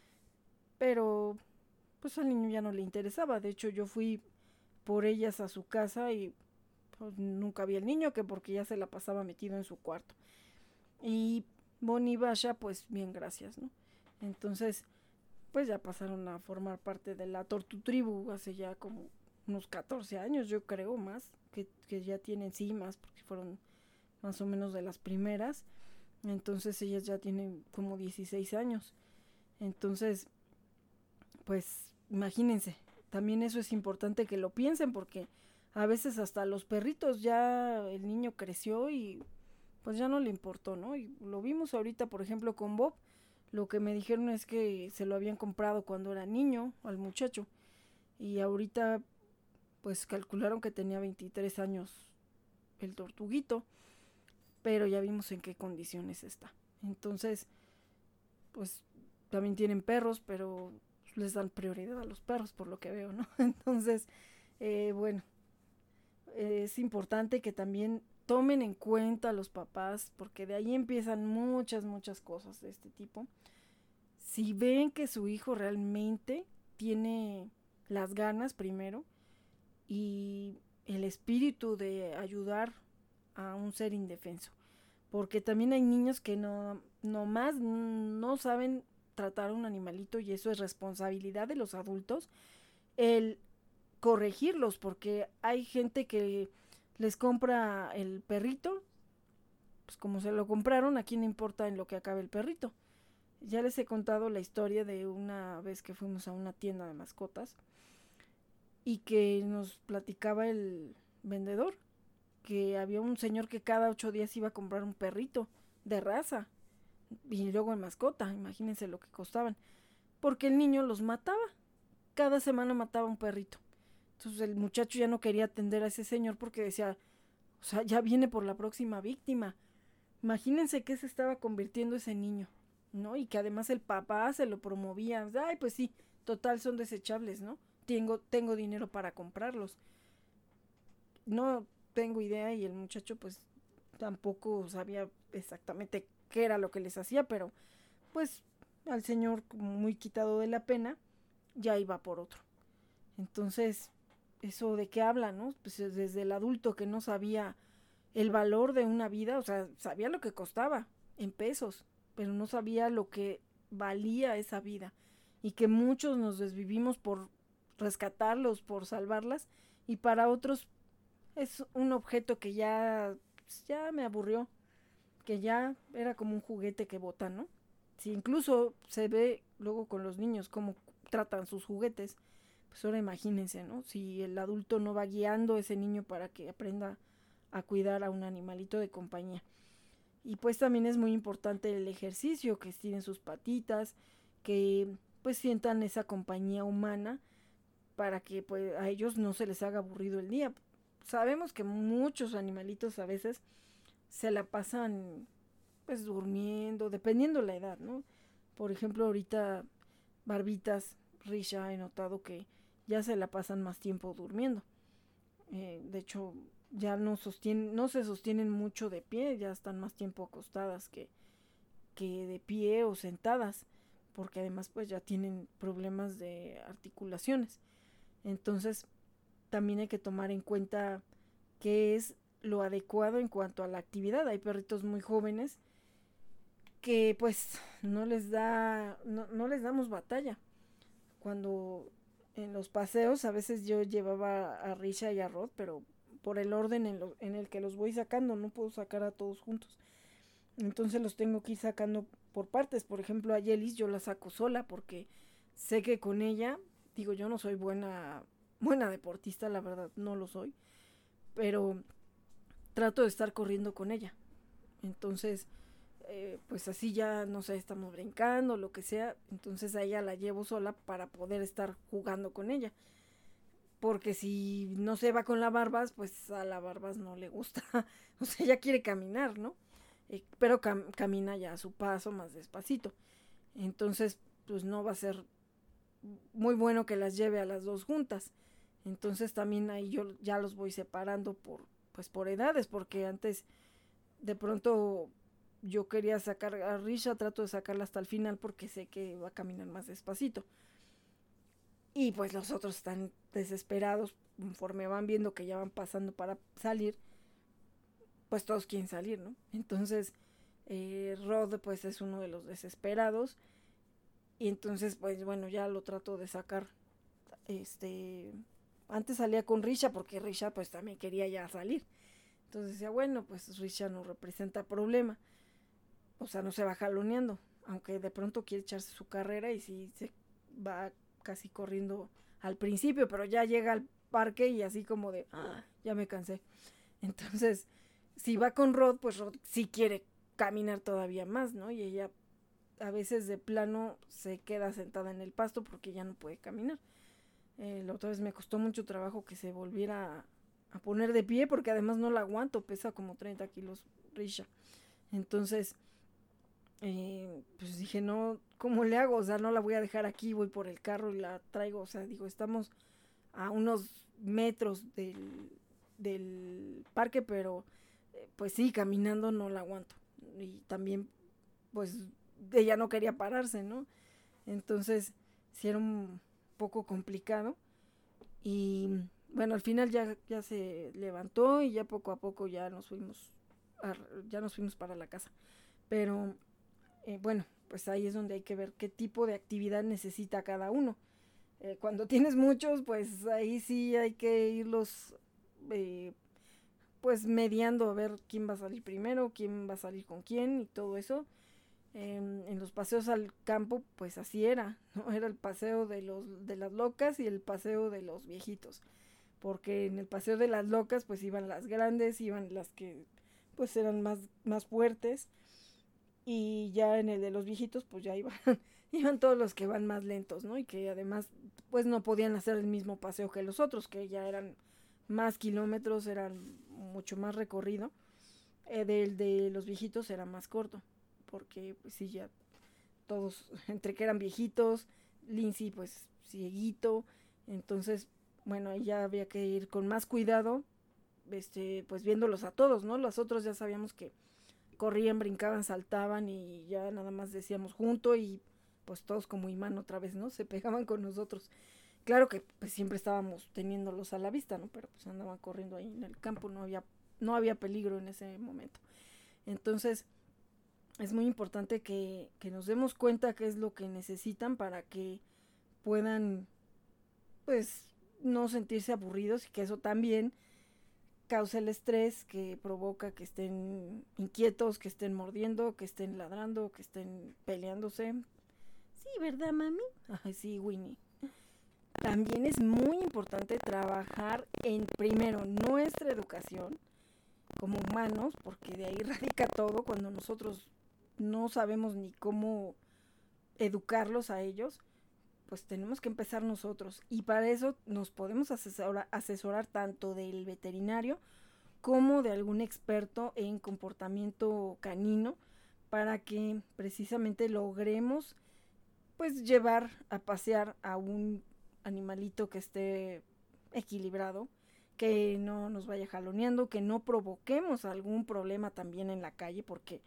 pero pues al niño ya no le interesaba. De hecho, yo fui por ellas a su casa y pues nunca vi al niño, que porque ya se la pasaba metido en su cuarto. Y Bonnie y Basha, pues bien, gracias, ¿no? Entonces, pues ya pasaron a formar parte de la Tortutribu hace ya como unos 14 años, yo creo, más, que ya tienen, sí, más, porque fueron más o menos de las primeras. Entonces ellas ya tienen como 16 años. Entonces, pues imagínense, también eso es importante que lo piensen, porque a veces hasta los perritos ya el niño creció y pues ya no le importó, ¿no? Y lo vimos ahorita, por ejemplo, con Bob. Lo que me dijeron es que se lo habían comprado cuando era niño al muchacho y ahorita pues calcularon que tenía 23 años el tortuguito, pero ya vimos en qué condiciones está. Entonces, pues también tienen perros, pero les dan prioridad a los perros por lo que veo, ¿no? Entonces, bueno, es importante que también tomen en cuenta a los papás, porque de ahí empiezan muchas cosas de este tipo. Si ven que su hijo realmente tiene las ganas primero y el espíritu de ayudar a un ser indefenso, porque también hay niños que no saben tratar a un animalito y eso es responsabilidad de los adultos el corregirlos, porque hay gente que les compra el perrito, pues como se lo compraron, ¿a quién le importa en lo que acabe el perrito? Ya les he contado la historia de una vez que fuimos a una tienda de mascotas y que nos platicaba el vendedor que había un señor que cada 8 días iba a comprar un perrito de raza y luego en mascota, imagínense lo que costaban, porque el niño los mataba, cada semana mataba un perrito. Entonces el muchacho ya no quería atender a ese señor porque decía, o sea, ya viene por la próxima víctima. Imagínense qué se estaba convirtiendo ese niño, ¿no? Y que además el papá se lo promovía. Ay, pues sí, total son desechables, ¿no? Tengo dinero para comprarlos. No tengo idea y el muchacho pues tampoco sabía exactamente qué era lo que les hacía, pero pues al señor como muy quitado de la pena ya iba por otro. Entonces, eso de qué habla, ¿no? Pues desde el adulto que no sabía el valor de una vida, o sea, sabía lo que costaba en pesos, pero no sabía lo que valía esa vida y que muchos nos desvivimos por rescatarlos, por salvarlas y para otros es un objeto que ya me aburrió, que ya era como un juguete que botan, ¿no? Si incluso se ve luego con los niños cómo tratan sus juguetes, pues ahora imagínense, ¿no? Si el adulto no va guiando a ese niño para que aprenda a cuidar a un animalito de compañía. Y pues también es muy importante el ejercicio, que estiren sus patitas, que pues sientan esa compañía humana para que pues a ellos no se les haga aburrido el día. Sabemos que muchos animalitos a veces se la pasan pues durmiendo, dependiendo la edad, ¿no? Por ejemplo, ahorita Barbitas, Risha, he notado que ya se la pasan más tiempo durmiendo. De hecho, ya no se sostienen mucho de pie, ya están más tiempo acostadas que de pie o sentadas, porque además pues ya tienen problemas de articulaciones. Entonces, también hay que tomar en cuenta qué es lo adecuado en cuanto a la actividad. Hay perritos muy jóvenes que pues no les damos batalla. Cuando en los paseos a veces yo llevaba a Risha y a Rod, pero por el orden en el que los voy sacando, no puedo sacar a todos juntos. Entonces los tengo que ir sacando por partes. Por ejemplo, a Yelis yo la saco sola porque sé que con ella, digo, yo no soy buena deportista, la verdad, no lo soy, pero trato de estar corriendo con ella. Entonces, pues así ya, no sé, estamos brincando, lo que sea, entonces a ella la llevo sola para poder estar jugando con ella. Porque si no se va con la Barbas, pues a la Barbas no le gusta. O sea, ella quiere caminar, ¿no? Pero camina ya a su paso, más despacito. Entonces, pues no va a ser muy bueno que las lleve a las dos juntas. Entonces también ahí yo ya los voy separando por edades, porque antes de pronto yo quería sacar a Risha, trato de sacarla hasta el final porque sé que va a caminar más despacito. Y pues los otros están desesperados conforme van viendo que ya van pasando para salir, pues todos quieren salir, ¿no? Entonces Rod pues es uno de los desesperados y entonces pues bueno, ya lo trato de sacar. Antes salía con Risha porque Risha pues también quería ya salir. Entonces decía, bueno, pues Risha no representa problema. O sea, no se va jaloneando, aunque de pronto quiere echarse su carrera y si se va casi corriendo al principio, pero ya llega al parque y así como de, ya me cansé. Entonces, si va con Rod, pues Rod sí quiere caminar todavía más, ¿no? Y ella a veces de plano se queda sentada en el pasto porque ya no puede caminar. La otra vez me costó mucho trabajo que se volviera a poner de pie porque además no la aguanto, pesa como 30 kilos Risha. Entonces, pues dije, no, ¿cómo le hago? O sea, no la voy a dejar aquí, voy por el carro y la traigo. O sea, digo, estamos a unos metros del parque, pero pues sí, caminando no la aguanto. Y también, pues, ella no quería pararse, ¿no? Entonces, sí era un poco complicado. Y bueno, al final ya se levantó y ya poco a poco ya nos fuimos para la casa. Pero bueno, pues ahí es donde hay que ver qué tipo de actividad necesita cada uno. Cuando tienes muchos, pues ahí sí hay que irlos pues mediando a ver quién va a salir primero, quién va a salir con quién y todo eso. En los paseos al campo, pues así era, ¿no? Era el paseo de las locas y el paseo de los viejitos. Porque en el paseo de las locas, pues iban las grandes, iban las que pues eran más fuertes. Y ya en el de los viejitos, pues ya iban todos los que van más lentos, ¿no? Y que además, pues no podían hacer el mismo paseo que los otros, que ya eran más kilómetros, eran mucho más recorrido. Del de los viejitos era más corto, porque pues sí, ya todos, entre que eran viejitos, Lindsay pues cieguito, entonces, bueno, ahí ya había que ir con más cuidado, pues viéndolos a todos, ¿no? Los otros ya sabíamos que corrían, brincaban, saltaban y ya nada más decíamos junto y pues todos como imán otra vez, ¿no? Se pegaban con nosotros. Claro que pues siempre estábamos teniéndolos a la vista, ¿no? Pero pues andaban corriendo ahí en el campo, no había peligro en ese momento. Entonces, es muy importante que nos demos cuenta qué es lo que necesitan para que puedan, pues, no sentirse aburridos y que eso también causa el estrés que provoca que estén inquietos, que estén mordiendo, que estén ladrando, que estén peleándose. Sí, ¿verdad, mami? Ay, sí, Winnie. También es muy importante trabajar en, primero, nuestra educación como humanos, porque de ahí radica todo cuando nosotros no sabemos ni cómo educarlos a ellos, pues tenemos que empezar nosotros. Y para eso nos podemos asesorar tanto del veterinario como de algún experto en comportamiento canino para que precisamente logremos pues llevar a pasear a un animalito que esté equilibrado, que no nos vaya jaloneando, que no provoquemos algún problema también en la calle, porque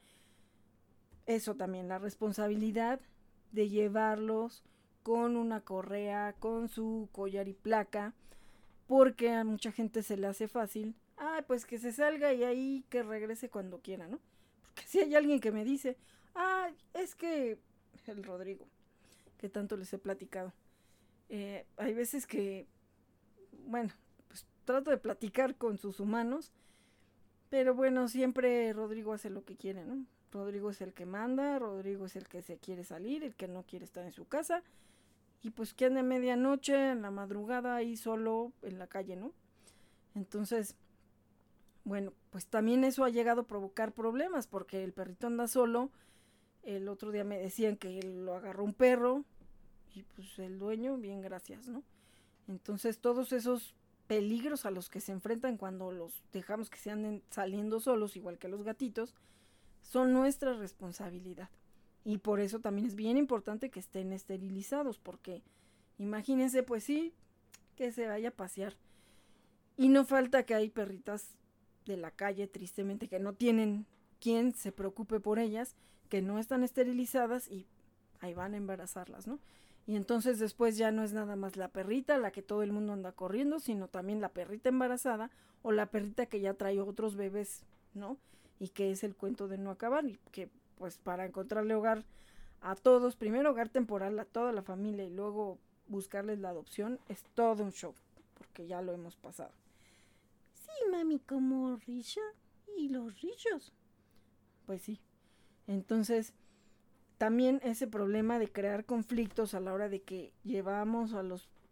eso también, la responsabilidad de llevarlos con una correa, con su collar y placa, porque a mucha gente se le hace fácil, pues que se salga y ahí que regrese cuando quiera, ¿no? Porque si hay alguien que me dice, es que el Rodrigo, que tanto les he platicado, hay veces que, bueno, pues trato de platicar con sus humanos, pero bueno, siempre Rodrigo hace lo que quiere, ¿no? Rodrigo es el que manda, Rodrigo es el que se quiere salir, el que no quiere estar en su casa, y pues que anda a medianoche, en la madrugada, ahí solo en la calle, ¿no? Entonces, bueno, pues también eso ha llegado a provocar problemas, porque el perrito anda solo. El otro día me decían que lo agarró un perro, y pues el dueño, bien gracias, ¿no? Entonces todos esos peligros a los que se enfrentan cuando los dejamos que se anden saliendo solos, igual que los gatitos, son nuestra responsabilidad. Y por eso también es bien importante que estén esterilizados, porque imagínense, pues sí, que se vaya a pasear. Y no falta que hay perritas de la calle, tristemente, que no tienen quien se preocupe por ellas, que no están esterilizadas y ahí van a embarazarlas, ¿no? Y entonces después ya no es nada más la perrita la que todo el mundo anda corriendo, sino también la perrita embarazada o la perrita que ya trae otros bebés, ¿no? Y que es el cuento de no acabar y que pues para encontrarle hogar a todos, primero hogar temporal a toda la familia y luego buscarles la adopción, es todo un show, porque ya lo hemos pasado. Sí, mami, como Risha y los Rishos. Pues sí. Entonces, también ese problema de crear conflictos a la hora de que llevamos a los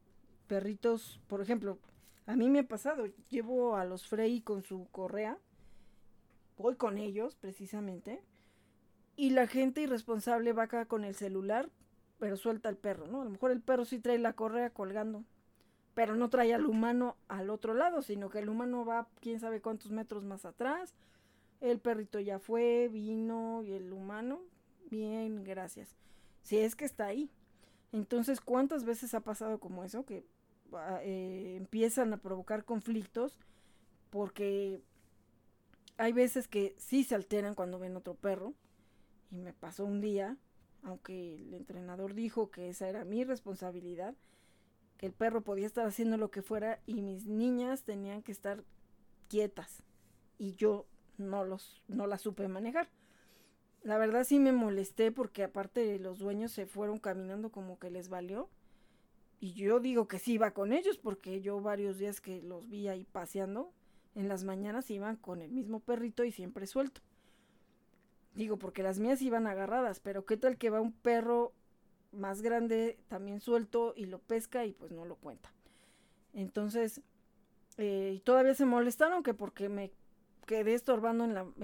perritos, por ejemplo, a mí me ha pasado, llevo a los Frey con su correa, voy con ellos precisamente, y la gente irresponsable va acá con el celular, pero suelta al perro, ¿no? A lo mejor el perro sí trae la correa colgando, pero no trae al humano al otro lado, sino que el humano va quién sabe cuántos metros más atrás, el perrito ya fue, vino, y el humano, bien, gracias. Si es que está ahí. Entonces, ¿cuántas veces ha pasado como eso? Que empiezan a provocar conflictos porque hay veces que sí se alteran cuando ven otro perro. Y me pasó un día, aunque el entrenador dijo que esa era mi responsabilidad, que el perro podía estar haciendo lo que fuera y mis niñas tenían que estar quietas. Y yo no las supe manejar. La verdad sí me molesté porque aparte los dueños se fueron caminando como que les valió. Y yo digo que sí iba con ellos porque yo varios días que los vi ahí paseando, en las mañanas iban con el mismo perrito y siempre suelto. Digo, porque las mías iban agarradas, pero qué tal que va un perro más grande también suelto y lo pesca y pues no lo cuenta. Entonces, todavía se molestaron que porque me quedé estorbando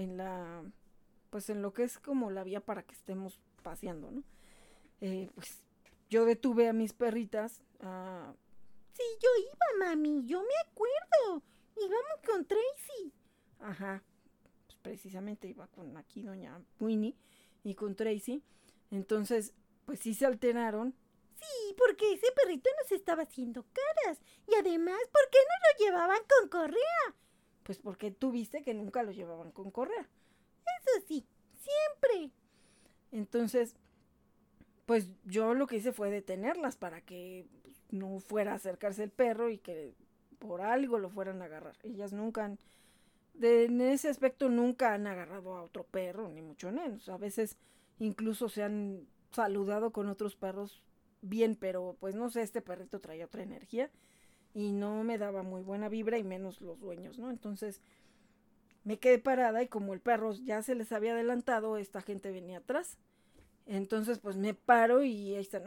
pues en lo que es como la vía para que estemos paseando, ¿no? Pues yo detuve a mis perritas. Sí, yo iba, mami, yo me acuerdo. Íbamos con Tracy. Ajá, pues precisamente iba con aquí doña Winnie y con Tracy. Entonces, pues sí se alteraron. Sí, porque ese perrito nos estaba haciendo caras. Y además, ¿por qué no lo llevaban con correa? Pues porque tú viste que nunca lo llevaban con correa. Eso sí, siempre. Entonces, pues yo lo que hice fue detenerlas para que pues, no fuera a acercarse el perro y que por algo lo fueran a agarrar. Ellas nunca en ese aspecto nunca han agarrado a otro perro, ni mucho menos. A veces incluso se han saludado con otros perros bien, pero pues no sé, este perrito traía otra energía y no me daba muy buena vibra y menos los dueños, ¿no? Entonces me quedé parada y como el perro ya se les había adelantado, esta gente venía atrás. Entonces pues me paro y ahí están.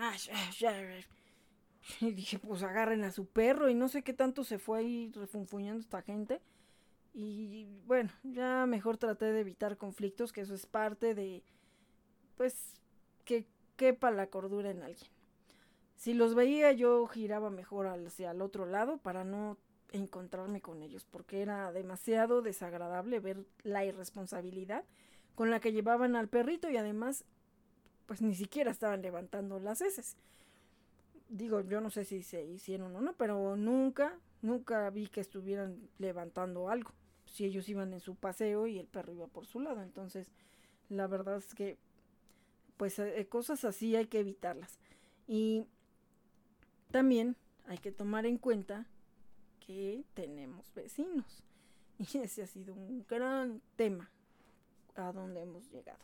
Y dije, pues agarren a su perro y no sé qué tanto se fue ahí refunfuñando esta gente. Y bueno, ya mejor traté de evitar conflictos, que eso es parte de, pues, que quepa la cordura en alguien. Si los veía yo giraba mejor hacia el otro lado para no encontrarme con ellos, porque era demasiado desagradable ver la irresponsabilidad con la que llevaban al perrito y además pues ni siquiera estaban levantando las heces. Digo, yo no sé si se hicieron o no, pero nunca vi que estuvieran levantando algo. Si ellos iban en su paseo y el perro iba por su lado. Entonces, la verdad es que, pues, cosas así hay que evitarlas. Y también hay que tomar en cuenta que tenemos vecinos. Y ese ha sido un gran tema a donde hemos llegado.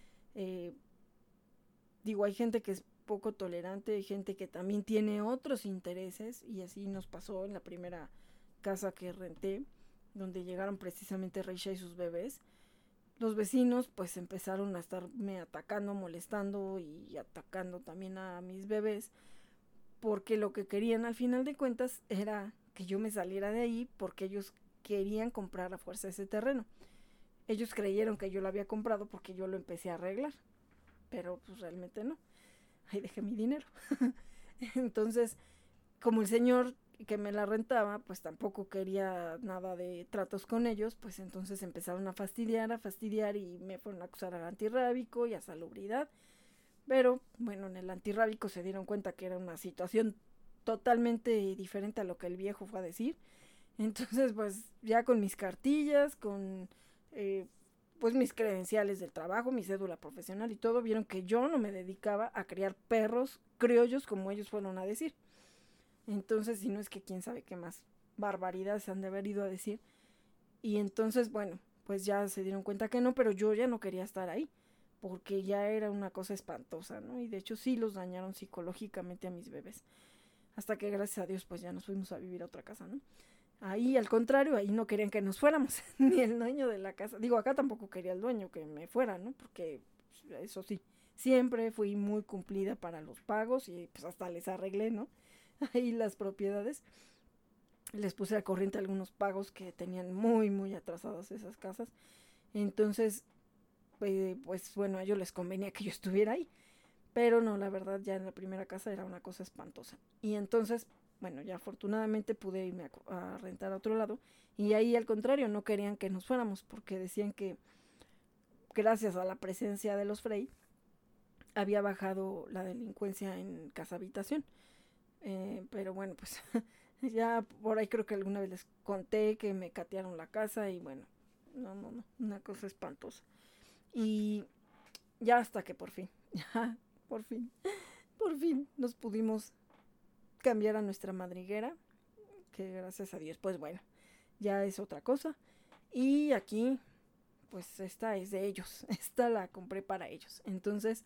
Digo, hay gente que es poco tolerante, hay gente que también tiene otros intereses y así nos pasó en la primera casa que renté, donde llegaron precisamente Reisha y sus bebés. Los vecinos pues empezaron a estarme atacando, molestando y atacando también a mis bebés, porque lo que querían al final de cuentas era que yo me saliera de ahí porque ellos querían comprar a fuerza ese terreno. Ellos creyeron que yo lo había comprado porque yo lo empecé a arreglar, pero pues realmente no. Ahí dejé mi dinero. Entonces, como el señor que me la rentaba, pues tampoco quería nada de tratos con ellos, pues entonces empezaron a fastidiar y me fueron a acusar al antirrábico y a salubridad. Pero bueno, en el antirrábico se dieron cuenta que era una situación totalmente diferente a lo que el viejo fue a decir. Entonces, pues ya con mis cartillas, con pues mis credenciales del trabajo, mi cédula profesional y todo, vieron que yo no me dedicaba a criar perros criollos como ellos fueron a decir. Entonces, si no es que quién sabe qué más barbaridades se han de haber ido a decir. Y entonces, bueno, pues ya se dieron cuenta que no, pero yo ya no quería estar ahí, porque ya era una cosa espantosa, ¿no? Y de hecho sí los dañaron psicológicamente a mis bebés. Hasta que gracias a Dios pues ya nos fuimos a vivir a otra casa, ¿no? Ahí al contrario, ahí no querían que nos fuéramos, ni el dueño de la casa. Digo, acá tampoco quería el dueño que me fuera, ¿no? Porque eso sí, siempre fui muy cumplida para los pagos y pues hasta les arreglé, ¿no? ahí las propiedades. Les puse al corriente algunos pagos que tenían muy, muy atrasadas esas casas. Entonces, pues bueno, a ellos les convenía que yo estuviera ahí. Pero no, la verdad, ya en la primera casa era una cosa espantosa. Y entonces, bueno, ya afortunadamente pude irme a rentar a otro lado. Y ahí al contrario, no querían que nos fuéramos porque decían que gracias a la presencia de los Frey había bajado la delincuencia en casa habitación. Pero bueno, pues ya por ahí creo que alguna vez les conté que me catearon la casa y bueno, no, una cosa espantosa. Y ya hasta que por fin, ya, por fin nos pudimos cambiar a nuestra madriguera, que gracias a Dios, pues bueno, ya es otra cosa. Y aquí, pues esta es de ellos, esta la compré para ellos. Entonces,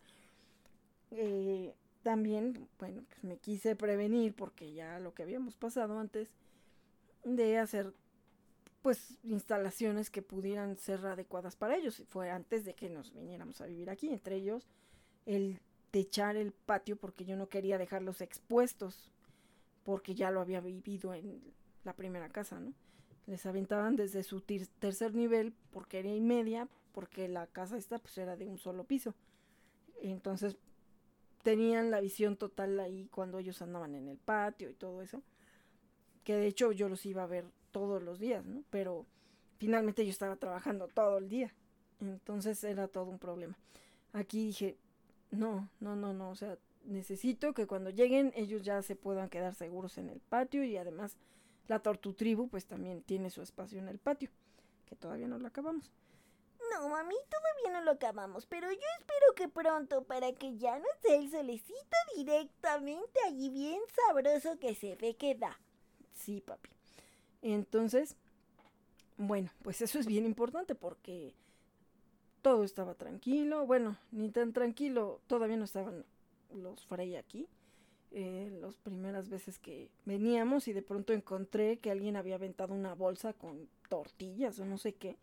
también, bueno, pues me quise prevenir porque ya lo que habíamos pasado antes de hacer pues instalaciones que pudieran ser adecuadas para ellos. Y fue antes de que nos viniéramos a vivir aquí, entre ellos el techar el patio porque yo no quería dejarlos expuestos porque ya lo había vivido en la primera casa, ¿no? Les aventaban desde su tercer nivel porque era y media, porque la casa esta pues era de un solo piso. Entonces tenían la visión total ahí cuando ellos andaban en el patio y todo eso, que de hecho yo los iba a ver todos los días, ¿no? Pero finalmente yo estaba trabajando todo el día, entonces era todo un problema. Aquí dije, no, o sea, necesito que cuando lleguen ellos ya se puedan quedar seguros en el patio y además la Tortutribu pues también tiene su espacio en el patio, que todavía no lo acabamos. No, mami, todavía no lo acabamos, pero yo espero que pronto para que ya nos dé el solecito directamente allí bien sabroso que se ve que da. Sí, papi. Entonces, bueno, pues eso es bien importante porque todo estaba tranquilo. Bueno, ni tan tranquilo, todavía no estaban los Frey aquí. Las primeras veces que veníamos y de pronto encontré que alguien había aventado una bolsa con tortillas o no sé qué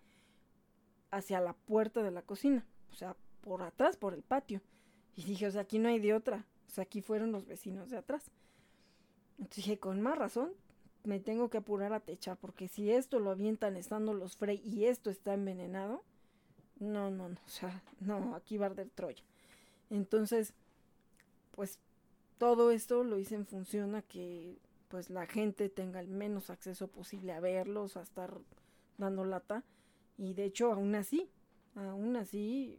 hacia la puerta de la cocina, o sea, por atrás, por el patio. Y dije, o sea, aquí no hay de otra, o sea, aquí fueron los vecinos de atrás. Entonces dije, con más razón, me tengo que apurar a techar, porque si esto lo avientan estando los Frey y esto está envenenado, no, o sea, no, aquí va a arder Troya. Entonces, pues todo esto lo hice en función a que pues la gente tenga el menos acceso posible a verlos, a estar dando lata. Y de hecho, aún así,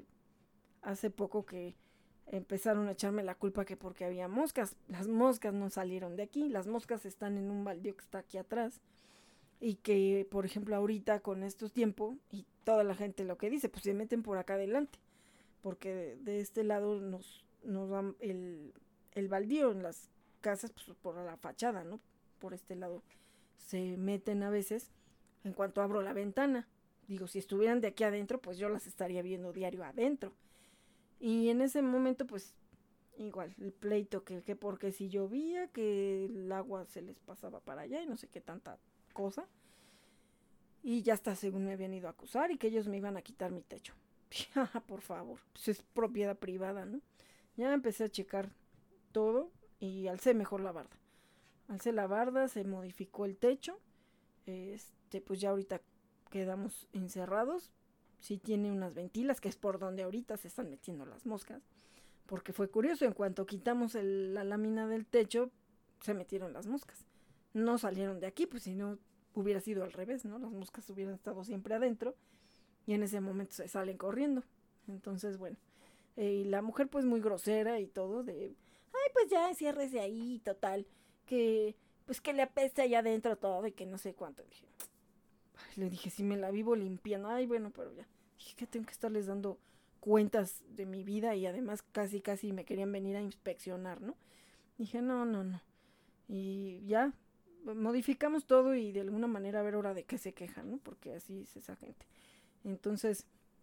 hace poco que empezaron a echarme la culpa que porque había moscas. Las moscas no salieron de aquí, las moscas están en un baldío que está aquí atrás. Y que, por ejemplo, ahorita con estos tiempos, y toda la gente lo que dice, pues se meten por acá adelante. Porque de este lado nos dan el baldío en las casas, pues por la fachada, ¿no? Por este lado se meten a veces en cuanto abro la ventana. Digo, si estuvieran de aquí adentro, pues yo las estaría viendo diario adentro. Y en ese momento, pues, igual, el pleito que porque si llovía, que el agua se les pasaba para allá y no sé qué tanta cosa. Y ya hasta según me habían ido a acusar y que ellos me iban a quitar mi techo. Por favor, pues es propiedad privada, ¿no? Ya empecé a checar todo y alcé mejor la barda. Alcé la barda, se modificó el techo. Pues ya ahorita quedamos encerrados. Sí tiene unas ventilas, que es por donde ahorita se están metiendo las moscas. Porque fue curioso, en cuanto quitamos la lámina del techo, se metieron las moscas. No salieron de aquí, pues si no hubiera sido al revés, ¿no? Las moscas hubieran estado siempre adentro y en ese momento se salen corriendo. Entonces, bueno, y la mujer pues muy grosera y todo de, ay, pues ya enciérrese ahí, total, que pues que le apeste allá adentro todo y que no sé cuánto. Le dije, si me la vivo limpiando, ay, bueno, pero ya, dije que tengo que estarles dando cuentas de mi vida y además casi me querían venir a inspeccionar, ¿no? Dije, no. Y ya, modificamos todo y de alguna manera a ver ahora de qué se quejan, ¿no? Porque así es esa gente. Entonces,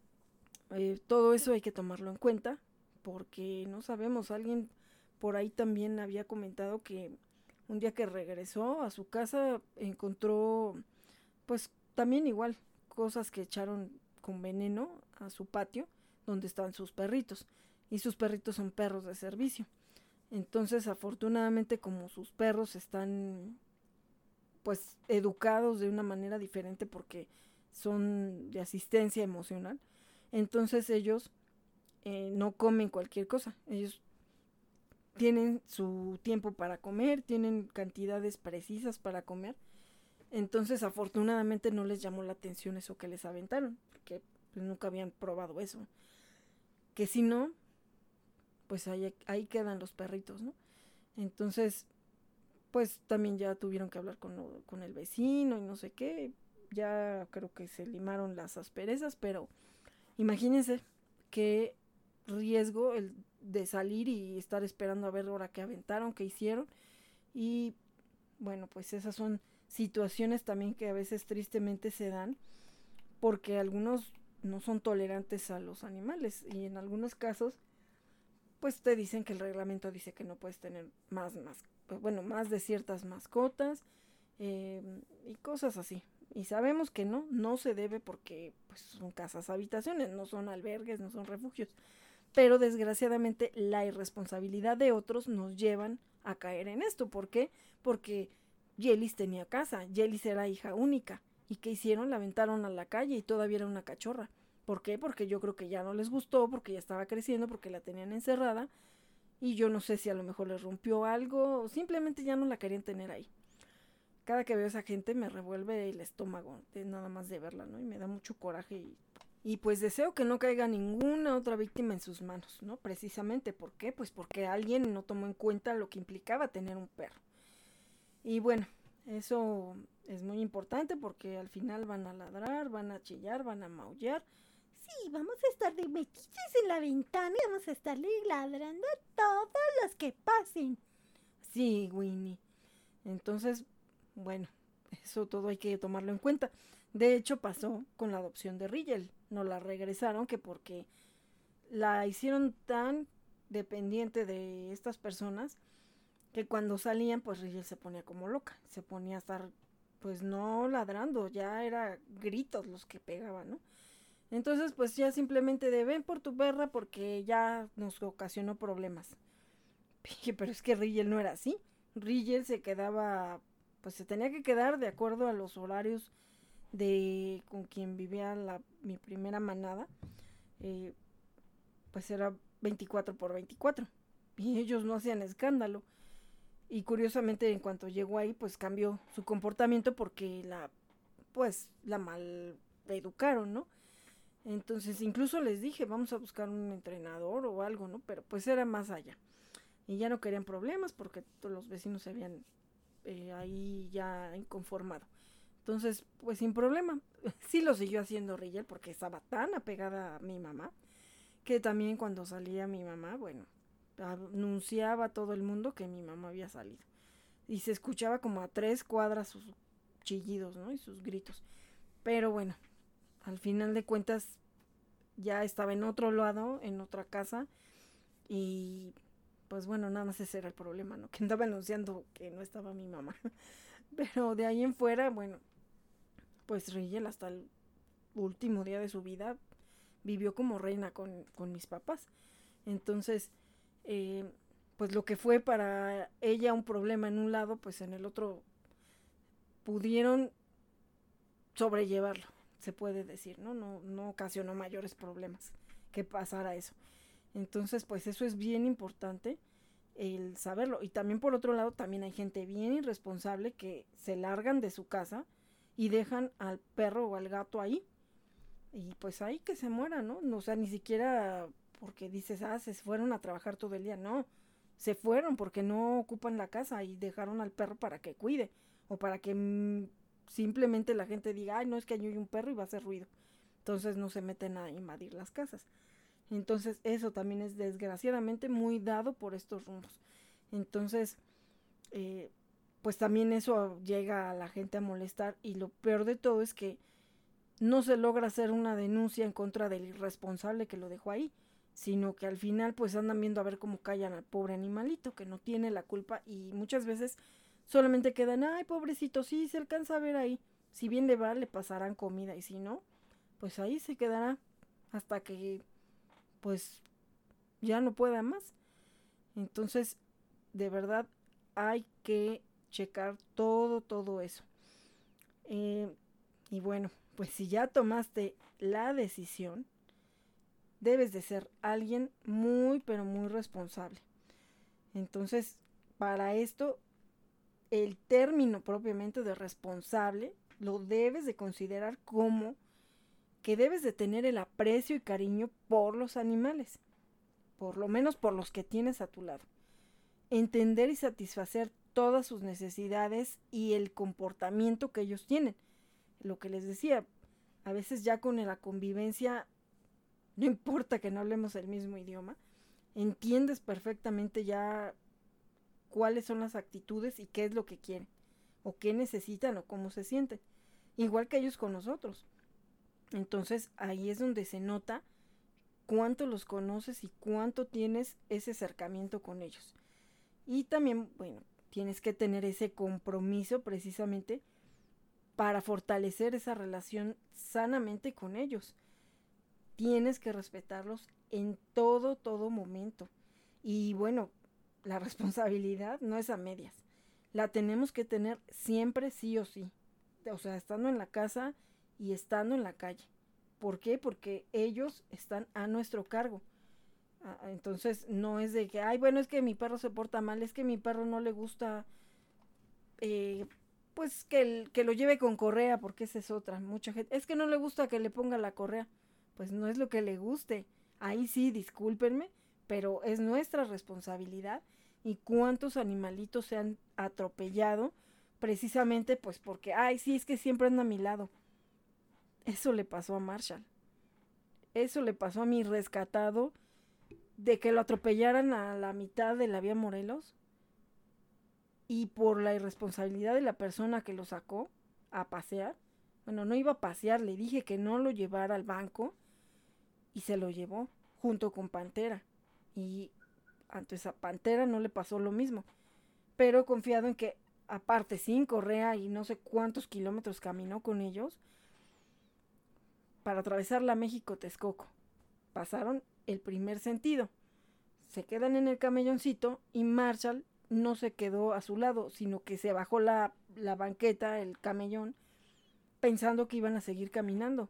todo eso hay que tomarlo en cuenta porque no sabemos, alguien por ahí también había comentado que un día que regresó a su casa encontró pues también igual cosas que echaron con veneno a su patio donde estaban sus perritos y sus perritos son perros de servicio. Entonces, afortunadamente, como sus perros están pues educados de una manera diferente porque son de asistencia emocional, entonces ellos no comen cualquier cosa. Ellos tienen su tiempo para comer, tienen cantidades precisas para comer. Entonces, afortunadamente no les llamó la atención eso que les aventaron, porque pues, nunca habían probado eso. Que si no, pues ahí quedan los perritos, ¿no? Entonces, pues también ya tuvieron que hablar con el vecino y no sé qué. Ya creo que se limaron las asperezas, pero imagínense qué riesgo el de salir y estar esperando a ver ahora qué aventaron, qué hicieron. Y bueno, pues esas son situaciones también que a veces tristemente se dan porque algunos no son tolerantes a los animales y en algunos casos pues te dicen que el reglamento dice que no puedes tener más de ciertas mascotas y cosas así. Y sabemos que no se debe porque pues, son casas habitaciones, no son albergues, no son refugios. Pero desgraciadamente la irresponsabilidad de otros nos llevan a caer en esto. ¿Por qué? Porque Yelis tenía casa, Yelis era hija única. ¿Y qué hicieron? La aventaron a la calle y todavía era una cachorra. ¿Por qué? Porque yo creo que ya no les gustó, porque ya estaba creciendo, porque la tenían encerrada. Y yo no sé si a lo mejor les rompió algo o simplemente ya no la querían tener ahí. Cada que veo a esa gente me revuelve el estómago, nada más de verla, ¿no? Y me da mucho coraje y pues deseo que no caiga ninguna otra víctima en sus manos, ¿no? Precisamente, ¿por qué? Pues porque alguien no tomó en cuenta lo que implicaba tener un perro. Y bueno, eso es muy importante porque al final van a ladrar, van a chillar, van a maullar. Sí, vamos a estar de metiches en la ventana y vamos a estarle ladrando a todos los que pasen. Sí, Winnie. Entonces, bueno, eso todo hay que tomarlo en cuenta. De hecho, pasó con la adopción de Rigel. Nos la regresaron que porque la hicieron tan dependiente de estas personas que cuando salían, pues Rigel se ponía como loca. Se ponía a estar, pues no ladrando, ya era gritos los que pegaban, ¿no? Entonces, pues ya simplemente de ven por tu perra porque ya nos ocasionó problemas. Pero es que Rigel no era así. Rigel se quedaba, pues se tenía que quedar de acuerdo a los horarios de con quien vivía mi primera manada. Eh, pues era 24/24. Y ellos no hacían escándalo. Y curiosamente en cuanto llegó ahí, pues cambió su comportamiento porque la mal educaron, ¿no? Entonces incluso les dije, vamos a buscar un entrenador o algo, ¿no? Pero pues era más allá. Y ya no querían problemas porque todos los vecinos se habían ahí ya inconformado. Entonces, pues sin problema. Sí lo siguió haciendo Rigel porque estaba tan apegada a mi mamá que también cuando salía mi mamá, bueno, anunciaba a todo el mundo que mi mamá había salido. Y se escuchaba como a 3 cuadras sus chillidos, ¿no? Y sus gritos. Pero bueno, al final de cuentas ya estaba en otro lado, en otra casa. Y pues bueno, nada más ese era el problema, ¿no? Que andaba anunciando que no estaba mi mamá. Pero de ahí en fuera, bueno, pues Rigel hasta el último día de su vida vivió como reina con mis papás. Entonces, eh, pues lo que fue para ella un problema en un lado, pues en el otro pudieron sobrellevarlo, se puede decir, ¿no? No ocasionó mayores problemas que pasara eso. Entonces, pues eso es bien importante el saberlo. Y también por otro lado, también hay gente bien irresponsable que se largan de su casa y dejan al perro o al gato ahí. Y pues ahí que se muera, ¿no? O sea, ni siquiera porque dices, se fueron a trabajar todo el día. No, se fueron porque no ocupan la casa y dejaron al perro para que cuide. O para que simplemente la gente diga, ay, no es que hay un perro y va a hacer ruido. Entonces no se meten a invadir las casas. Entonces eso también es desgraciadamente muy dado por estos rumbos. Entonces, pues también eso llega a la gente a molestar y lo peor de todo es que no se logra hacer una denuncia en contra del irresponsable que lo dejó ahí, sino que al final pues andan viendo a ver cómo callan al pobre animalito que no tiene la culpa y muchas veces solamente quedan, ay pobrecito, sí, se alcanza a ver ahí, si bien le va le pasarán comida y si no, pues ahí se quedará hasta que pues ya no pueda más. Entonces de verdad hay que checar todo eso. Y bueno, pues si ya tomaste la decisión, debes de ser alguien muy, pero muy responsable. Entonces, para esto, el término propiamente de responsable lo debes de considerar como que debes de tener el aprecio y cariño por los animales, por lo menos por los que tienes a tu lado. Entender y satisfacer todas sus necesidades y el comportamiento que ellos tienen. Lo que les decía, a veces ya con la convivencia, no importa que no hablemos el mismo idioma, entiendes perfectamente ya cuáles son las actitudes y qué es lo que quieren, o qué necesitan o cómo se sienten, igual que ellos con nosotros. Entonces ahí es donde se nota cuánto los conoces y cuánto tienes ese acercamiento con ellos. Y también, bueno, tienes que tener ese compromiso precisamente para fortalecer esa relación sanamente con ellos. Tienes que respetarlos en todo momento. Y bueno, la responsabilidad no es a medias. La tenemos que tener siempre sí o sí. O sea, estando en la casa y estando en la calle. ¿Por qué? Porque ellos están a nuestro cargo. Entonces no es de que, ay, bueno, es que mi perro se porta mal, es que mi perro no le gusta, pues que lo lleve con correa, porque esa es otra. Mucha gente, es que no le gusta que le ponga la correa. Pues no es lo que le guste. Ahí sí, discúlpenme, pero es nuestra responsabilidad. Y cuántos animalitos se han atropellado precisamente pues porque, ay, sí, es que siempre anda a mi lado. Eso le pasó a Marshall. Eso le pasó a mi rescatado de que lo atropellaran a la mitad de la vía Morelos y por la irresponsabilidad de la persona que lo sacó a pasear. Bueno, no iba a pasear, le dije que no lo llevara al banco y se lo llevó junto con Pantera. Y antes a Pantera no le pasó lo mismo, pero confiado en que aparte sin correa y no sé cuántos kilómetros caminó con ellos para atravesar la México-Texcoco. Pasaron el primer sentido. Se quedan en el camelloncito y Marshall no se quedó a su lado, sino que se bajó la banqueta, el camellón, pensando que iban a seguir caminando.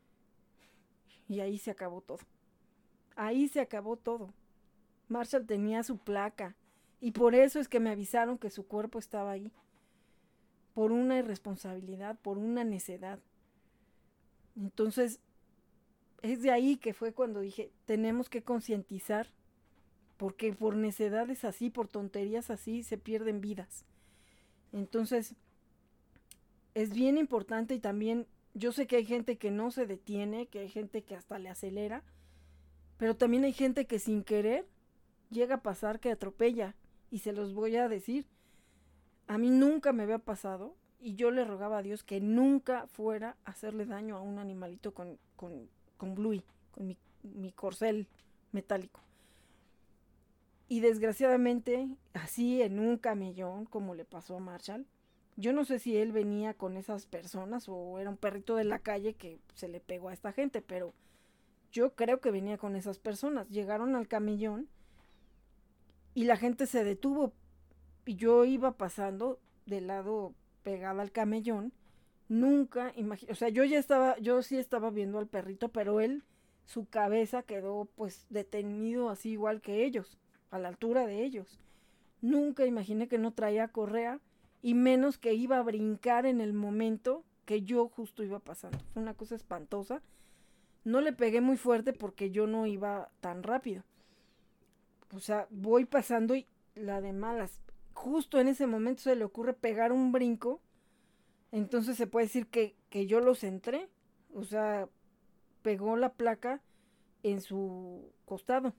Y ahí se acabó todo. Ahí se acabó todo. Marshall tenía su placa y por eso es que me avisaron que su cuerpo estaba ahí. Por una irresponsabilidad, por una necedad. Entonces, es de ahí que fue cuando dije, tenemos que concientizar, porque por necedades así, por tonterías así, se pierden vidas. Entonces, es bien importante y también yo sé que hay gente que no se detiene, que hay gente que hasta le acelera, pero también hay gente que sin querer llega a pasar que atropella. Y se los voy a decir, a mí nunca me había pasado y yo le rogaba a Dios que nunca fuera a hacerle daño a un animalito con Bluey, con mi corcel metálico. Y desgraciadamente, así en un camellón, como le pasó a Marshall, yo no sé si él venía con esas personas o era un perrito de la calle que se le pegó a esta gente, pero yo creo que venía con esas personas. Llegaron al camellón y la gente se detuvo y yo iba pasando del lado pegada al camellón. Nunca imaginé, o sea, yo sí estaba viendo al perrito, pero él, su cabeza quedó pues detenido así igual que ellos, a la altura de ellos. Nunca imaginé que no traía correa y menos que iba a brincar en el momento que yo justo iba pasando. Fue una cosa espantosa. No le pegué muy fuerte porque yo no iba tan rápido. O sea, voy pasando y la de malas. Justo en ese momento se le ocurre pegar un brinco. Entonces se puede decir que yo lo centré. O sea, pegó la placa en su costado.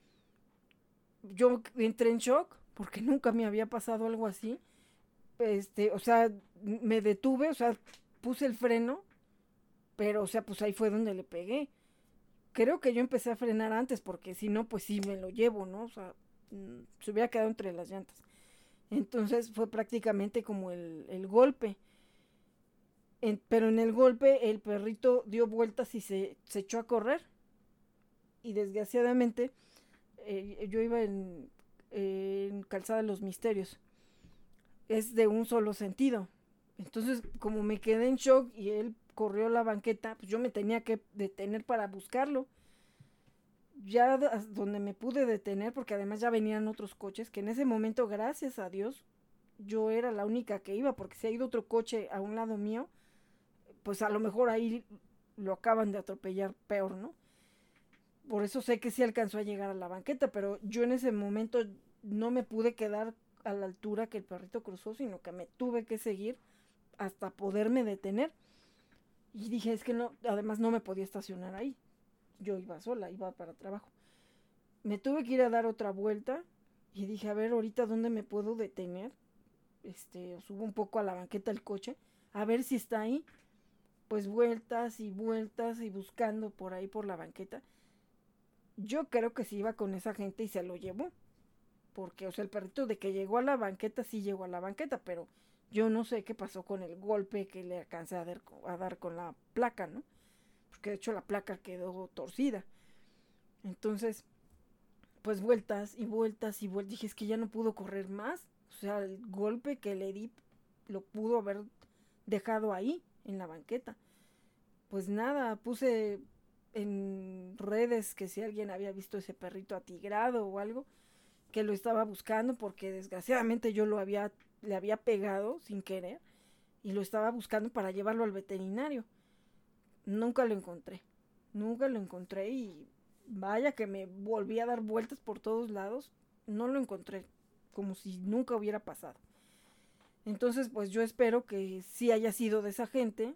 Yo entré en shock porque nunca me había pasado algo así. O sea, me detuve, o sea, puse el freno, pero, o sea, pues ahí fue donde le pegué. Creo que yo empecé a frenar antes porque si no, pues sí me lo llevo, ¿no? O sea, se hubiera quedado entre las llantas. Entonces fue prácticamente como el golpe. Pero en el golpe el perrito dio vueltas y se echó a correr. Y desgraciadamente yo iba en Calzada de los Misterios. Es de un solo sentido. Entonces, como me quedé en shock y él corrió la banqueta, pues yo me tenía que detener para buscarlo. Ya donde me pude detener, porque además ya venían otros coches, que en ese momento, gracias a Dios, yo era la única que iba, porque si ha ido otro coche a un lado mío, pues a lo mejor ahí lo acaban de atropellar peor, ¿no? Por eso sé que sí alcanzó a llegar a la banqueta, pero yo en ese momento no me pude quedar a la altura que el perrito cruzó, sino que me tuve que seguir hasta poderme detener. Y dije, es que no, además no me podía estacionar ahí. Yo iba sola, iba para trabajo. Me tuve que ir a dar otra vuelta y dije, a ver, ahorita dónde me puedo detener. Subo un poco a la banqueta del coche, a ver si está ahí. Pues vueltas y vueltas y buscando por ahí por la banqueta. Yo creo que sí iba con esa gente y se lo llevó. Porque, o sea, el perrito de que llegó a la banqueta, sí llegó a la banqueta, pero yo no sé qué pasó con el golpe que le alcancé a dar con la placa, ¿no? Porque de hecho la placa quedó torcida. Entonces, pues vueltas y vueltas y vueltas. Dije, es que ya no pudo correr más. O sea, el golpe que le di lo pudo haber dejado ahí, en la banqueta. Pues nada, puse en redes que si alguien había visto ese perrito atigrado o algo, que lo estaba buscando porque desgraciadamente yo le había pegado sin querer y lo estaba buscando para llevarlo al veterinario. Nunca lo encontré, nunca lo encontré y vaya que me volví a dar vueltas por todos lados, no lo encontré, como si nunca hubiera pasado. Entonces pues yo espero que sí haya sido de esa gente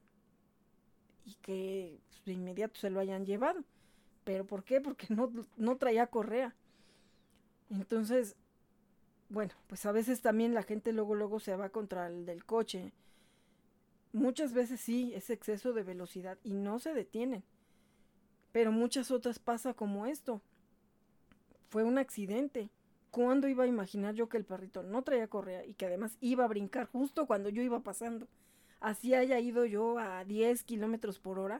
y que pues, de inmediato se lo hayan llevado. ¿Pero por qué? Porque no traía correa. Entonces, bueno, pues a veces también la gente luego se va contra el del coche. Muchas veces sí, es exceso de velocidad y no se detienen. Pero muchas otras pasa como esto. Fue un accidente. ¿Cuándo iba a imaginar yo que el perrito no traía correa y que además iba a brincar justo cuando yo iba pasando? Así haya ido yo a 10 kilómetros por hora,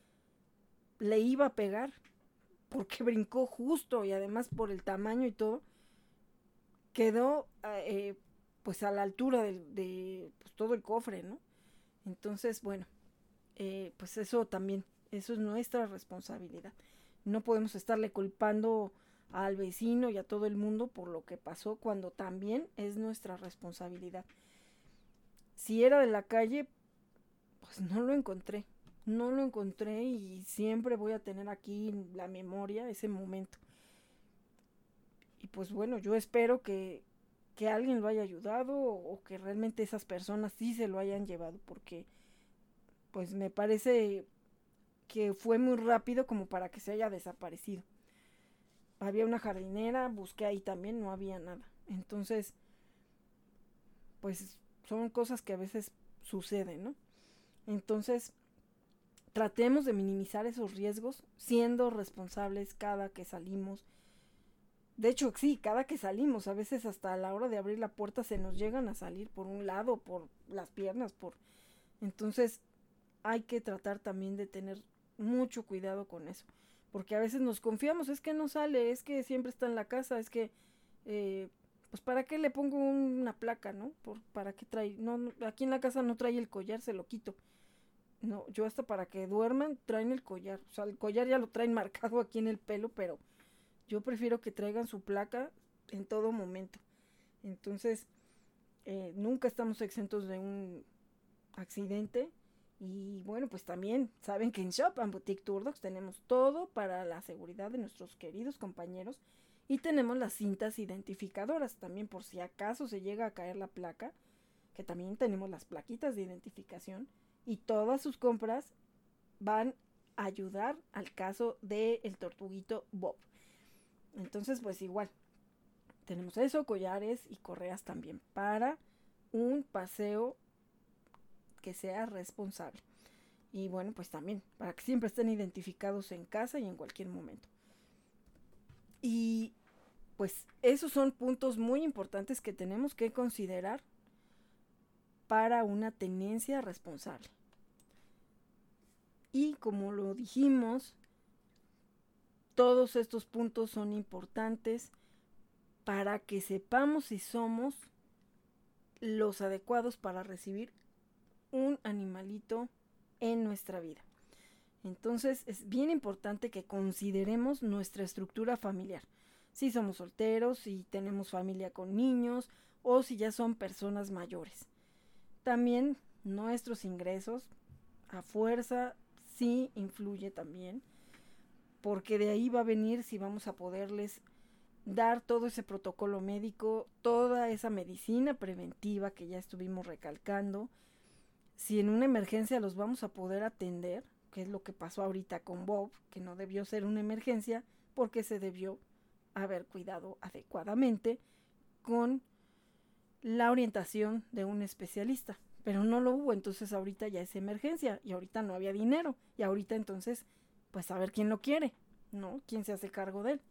le iba a pegar porque brincó justo y además por el tamaño y todo, quedó pues a la altura de pues, todo el cofre, ¿no? Entonces, bueno, pues eso también, eso es nuestra responsabilidad. No podemos estarle culpando al vecino y a todo el mundo por lo que pasó cuando también es nuestra responsabilidad. Si era de la calle, pues no lo encontré. No lo encontré y siempre voy a tener aquí en la memoria ese momento. Y pues bueno, yo espero que alguien lo haya ayudado o que realmente esas personas sí se lo hayan llevado porque pues me parece que fue muy rápido como para que se haya desaparecido. Había una jardinera, busqué ahí también, no había nada. Entonces, pues son cosas que a veces suceden, ¿no? Entonces, tratemos de minimizar esos riesgos siendo responsables cada que salimos. De hecho, sí, cada que salimos, a veces hasta a la hora de abrir la puerta se nos llegan a salir por un lado, por las piernas, por... Entonces, hay que tratar también de tener mucho cuidado con eso. Porque a veces nos confiamos, es que no sale, es que siempre está en la casa, es que, pues para qué le pongo una placa, ¿no? ¿Para qué trae? No, aquí en la casa no trae el collar, se lo quito. No, yo hasta para que duerman traen el collar. O sea, el collar ya lo traen marcado aquí en el pelo, pero yo prefiero que traigan su placa en todo momento. Entonces, nunca estamos exentos de un accidente. Y bueno, pues también saben que en Shop and Boutique Tour Dogs tenemos todo para la seguridad de nuestros queridos compañeros. Y tenemos las cintas identificadoras también por si acaso se llega a caer la placa, que también tenemos las plaquitas de identificación. Y todas sus compras van a ayudar al caso del tortuguito Bob. Entonces, pues igual, tenemos eso, collares y correas también para un paseo que sea responsable. Y bueno, pues también para que siempre estén identificados en casa y en cualquier momento. Y pues esos son puntos muy importantes que tenemos que considerar para una tenencia responsable. Y como lo dijimos, todos estos puntos son importantes para que sepamos si somos los adecuados para recibir un animalito en nuestra vida. Entonces es bien importante que consideremos nuestra estructura familiar. Si somos solteros, si tenemos familia con niños o si ya son personas mayores. También nuestros ingresos a fuerza sí influye también, porque de ahí va a venir si vamos a poderles dar todo ese protocolo médico, toda esa medicina preventiva que ya estuvimos recalcando, si en una emergencia los vamos a poder atender, que es lo que pasó ahorita con Bob, que no debió ser una emergencia porque se debió haber cuidado adecuadamente con la orientación de un especialista, pero no lo hubo, entonces ahorita ya es emergencia y ahorita no había dinero y ahorita entonces pues a ver quién lo quiere, ¿no? ¿Quién se hace cargo de él?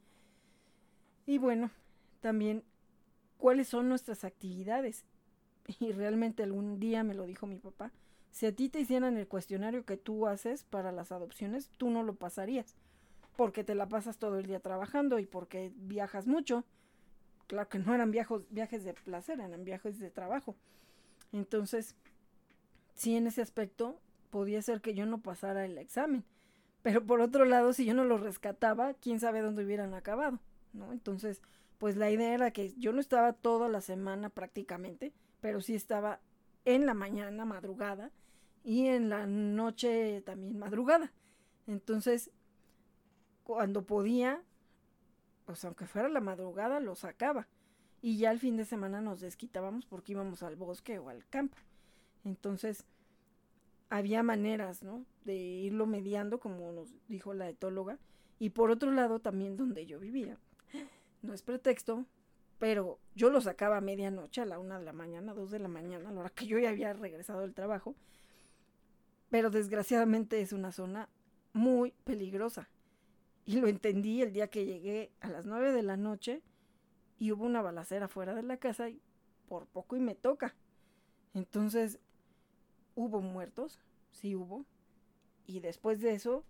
Y bueno, también cuáles son nuestras actividades. Y realmente algún día me lo dijo mi papá, si a ti te hicieran el cuestionario que tú haces para las adopciones, tú no lo pasarías, porque te la pasas todo el día trabajando y porque viajas mucho. Claro que no eran viajes de placer, eran viajes de trabajo. Entonces, sí, en ese aspecto podía ser que yo no pasara el examen. Pero por otro lado, si yo no lo rescataba, quién sabe dónde hubieran acabado, ¿no? Entonces, pues la idea era que yo no estaba toda la semana prácticamente, pero sí estaba en la mañana, madrugada, y en la noche también madrugada. Entonces, cuando podía, pues aunque fuera la madrugada, lo sacaba. Y ya el fin de semana nos desquitábamos porque íbamos al bosque o al campo. Entonces, había maneras, ¿no?, de irlo mediando, como nos dijo la etóloga. Y por otro lado, también donde yo vivía. No es pretexto, pero yo lo sacaba a medianoche, a la 1 de la mañana, 2 de la mañana, a la hora que yo ya había regresado del trabajo. Pero desgraciadamente es una zona muy peligrosa. Y lo entendí el día que llegué a las 9 de la noche y hubo una balacera fuera de la casa y por poco y me toca. Entonces, hubo muertos, sí hubo. Y después de eso,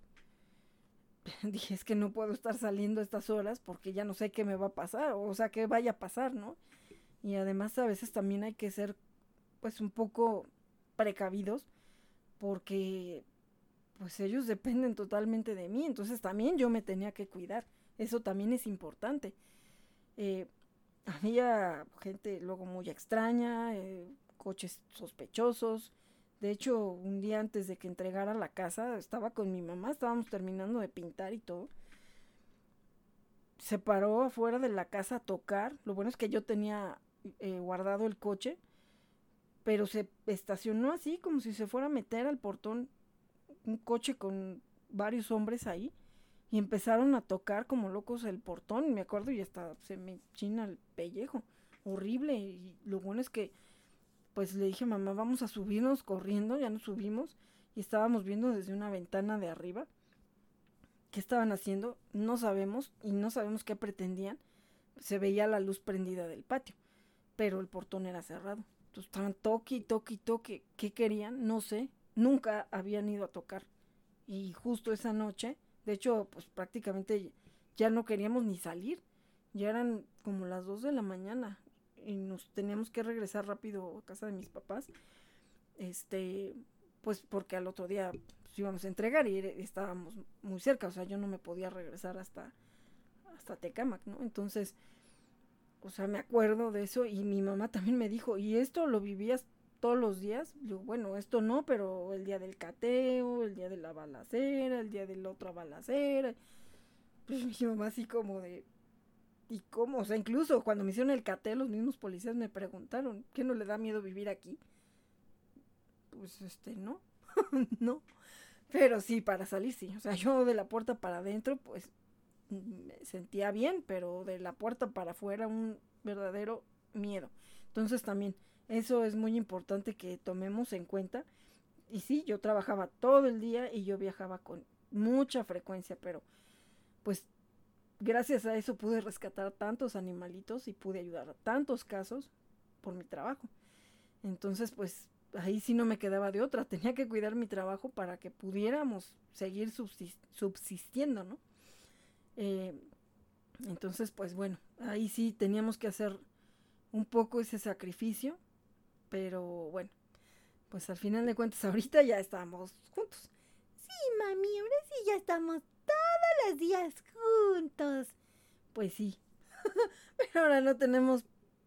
dije, es que no puedo estar saliendo a estas horas porque ya no sé qué me va a pasar, o sea, qué vaya a pasar, ¿no? Y además a veces también hay que ser, pues, un poco precavidos porque pues ellos dependen totalmente de mí, entonces también yo me tenía que cuidar, eso también es importante. Eh, Había gente luego muy extraña, coches sospechosos. De hecho, un día antes de que entregara la casa, estaba con mi mamá, estábamos terminando de pintar y todo. Se paró afuera de la casa a tocar. Lo bueno es que yo tenía guardado el coche, pero se estacionó así como si se fuera a meter al portón un coche con varios hombres ahí y empezaron a tocar como locos el portón, me acuerdo, y hasta se me china el pellejo, horrible. Y lo bueno es que pues le dije a mamá, vamos a subirnos corriendo, ya nos subimos y estábamos viendo desde una ventana de arriba qué estaban haciendo, no sabemos y no sabemos qué pretendían. Se veía la luz prendida del patio, pero el portón era cerrado. Entonces estaban toque y toque y toque. ¿Qué querían? No sé. Nunca habían ido a tocar. Y justo esa noche, de hecho, pues prácticamente ya no queríamos ni salir. Ya eran como las 2 de la mañana y nos teníamos que regresar rápido a casa de mis papás. Pues porque al otro día pues, íbamos a entregar y estábamos muy cerca. O sea, yo no me podía regresar hasta Tecámac, ¿no? Entonces, o sea, me acuerdo de eso y mi mamá también me dijo, ¿y esto lo vivías todos los días? Yo, bueno, esto no, pero el día del cateo, el día de la balacera, el día de la otra balacera. Pues mi mamá así como de, ¿y cómo? O sea, incluso cuando me hicieron el cateo, los mismos policías me preguntaron, ¿qué no le da miedo vivir aquí? Pues no, no. Pero sí, para salir sí. O sea, yo de la puerta para adentro, pues me sentía bien, pero de la puerta para afuera un verdadero miedo. Entonces también eso es muy importante que tomemos en cuenta. Y sí, yo trabajaba todo el día y yo viajaba con mucha frecuencia, pero pues gracias a eso pude rescatar tantos animalitos y pude ayudar a tantos casos por mi trabajo. Entonces pues ahí sí no me quedaba de otra, tenía que cuidar mi trabajo para que pudiéramos seguir subsistiendo, ¿no? Eh, Entonces, pues bueno, ahí sí teníamos que hacer un poco ese sacrificio, pero bueno, pues al final de cuentas ahorita ya estamos juntos. Sí, mami, ahora sí ya estamos todos los días juntos. Pues sí, pero ahora no tenemos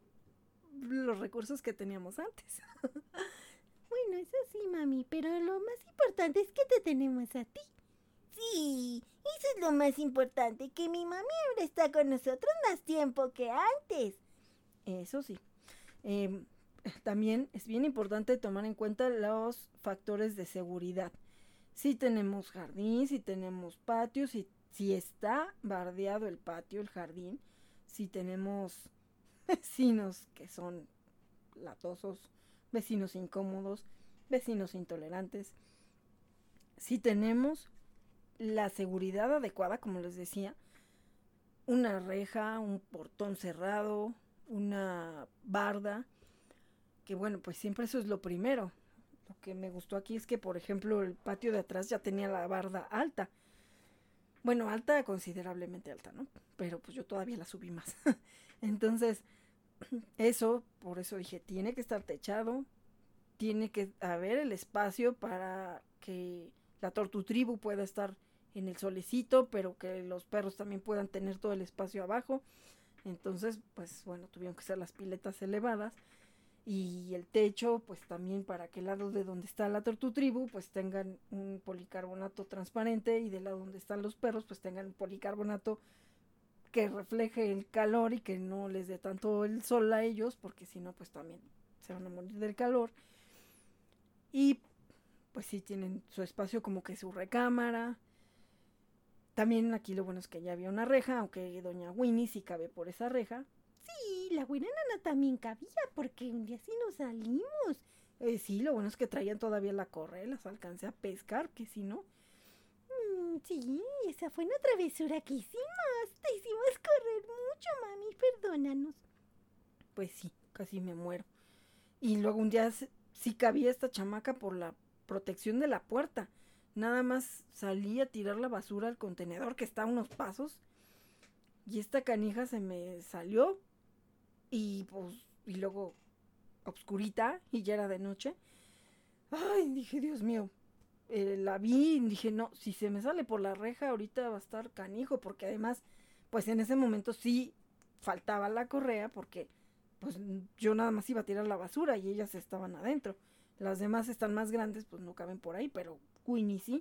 los recursos que teníamos antes. Bueno, eso sí, mami, pero lo más importante es que te tenemos a ti. Sí, eso es lo más importante, que mi mami ahora está con nosotros más tiempo que antes. Eso sí. También es bien importante tomar en cuenta los factores de seguridad. Si tenemos jardín, si tenemos patio, si está bardeado el patio, el jardín, si tenemos vecinos que son latosos, vecinos incómodos, vecinos intolerantes, si tenemos la seguridad adecuada, como les decía, una reja, un portón cerrado, una barda, que bueno, pues siempre eso es lo primero. Lo que me gustó aquí es que, por ejemplo, el patio de atrás ya tenía la barda alta. Bueno, alta, considerablemente alta, ¿no? Pero pues yo todavía la subí más. Entonces, por eso dije, tiene que estar techado, tiene que haber el espacio para que la tortutribu pueda estar en el solecito, pero que los perros también puedan tener todo el espacio abajo. Entonces, pues bueno, tuvieron que ser las piletas elevadas y el techo, pues también para que el lado de donde está la tortutribu, pues tengan un policarbonato transparente y del lado donde están los perros, pues tengan un policarbonato que refleje el calor y que no les dé tanto el sol a ellos, porque si no, pues también se van a morir del calor. Y pues sí tienen su espacio como que su recámara. También aquí lo bueno es que ya había una reja, aunque doña Winnie sí cabe por esa reja. Sí, la buena nana también cabía porque un día sí nos salimos. Sí, lo bueno es que traían todavía la correa, las alcancé a pescar, que si no. Sí, esa fue una travesura que hicimos. Te hicimos correr mucho, mami, perdónanos. Pues sí, casi me muero. Y luego un día sí cabía esta chamaca por la protección de la puerta. Nada más salí a tirar la basura al contenedor que está a unos pasos. Y esta canija se me salió. Y pues, y luego obscurita y ya era de noche. Ay, dije, Dios mío. La vi y dije, no, si se me sale por la reja ahorita va a estar canijo. Porque además, pues en ese momento sí faltaba la correa porque pues yo nada más iba a tirar la basura y ellas estaban adentro. Las demás están más grandes, pues no caben por ahí, pero Winnie sí.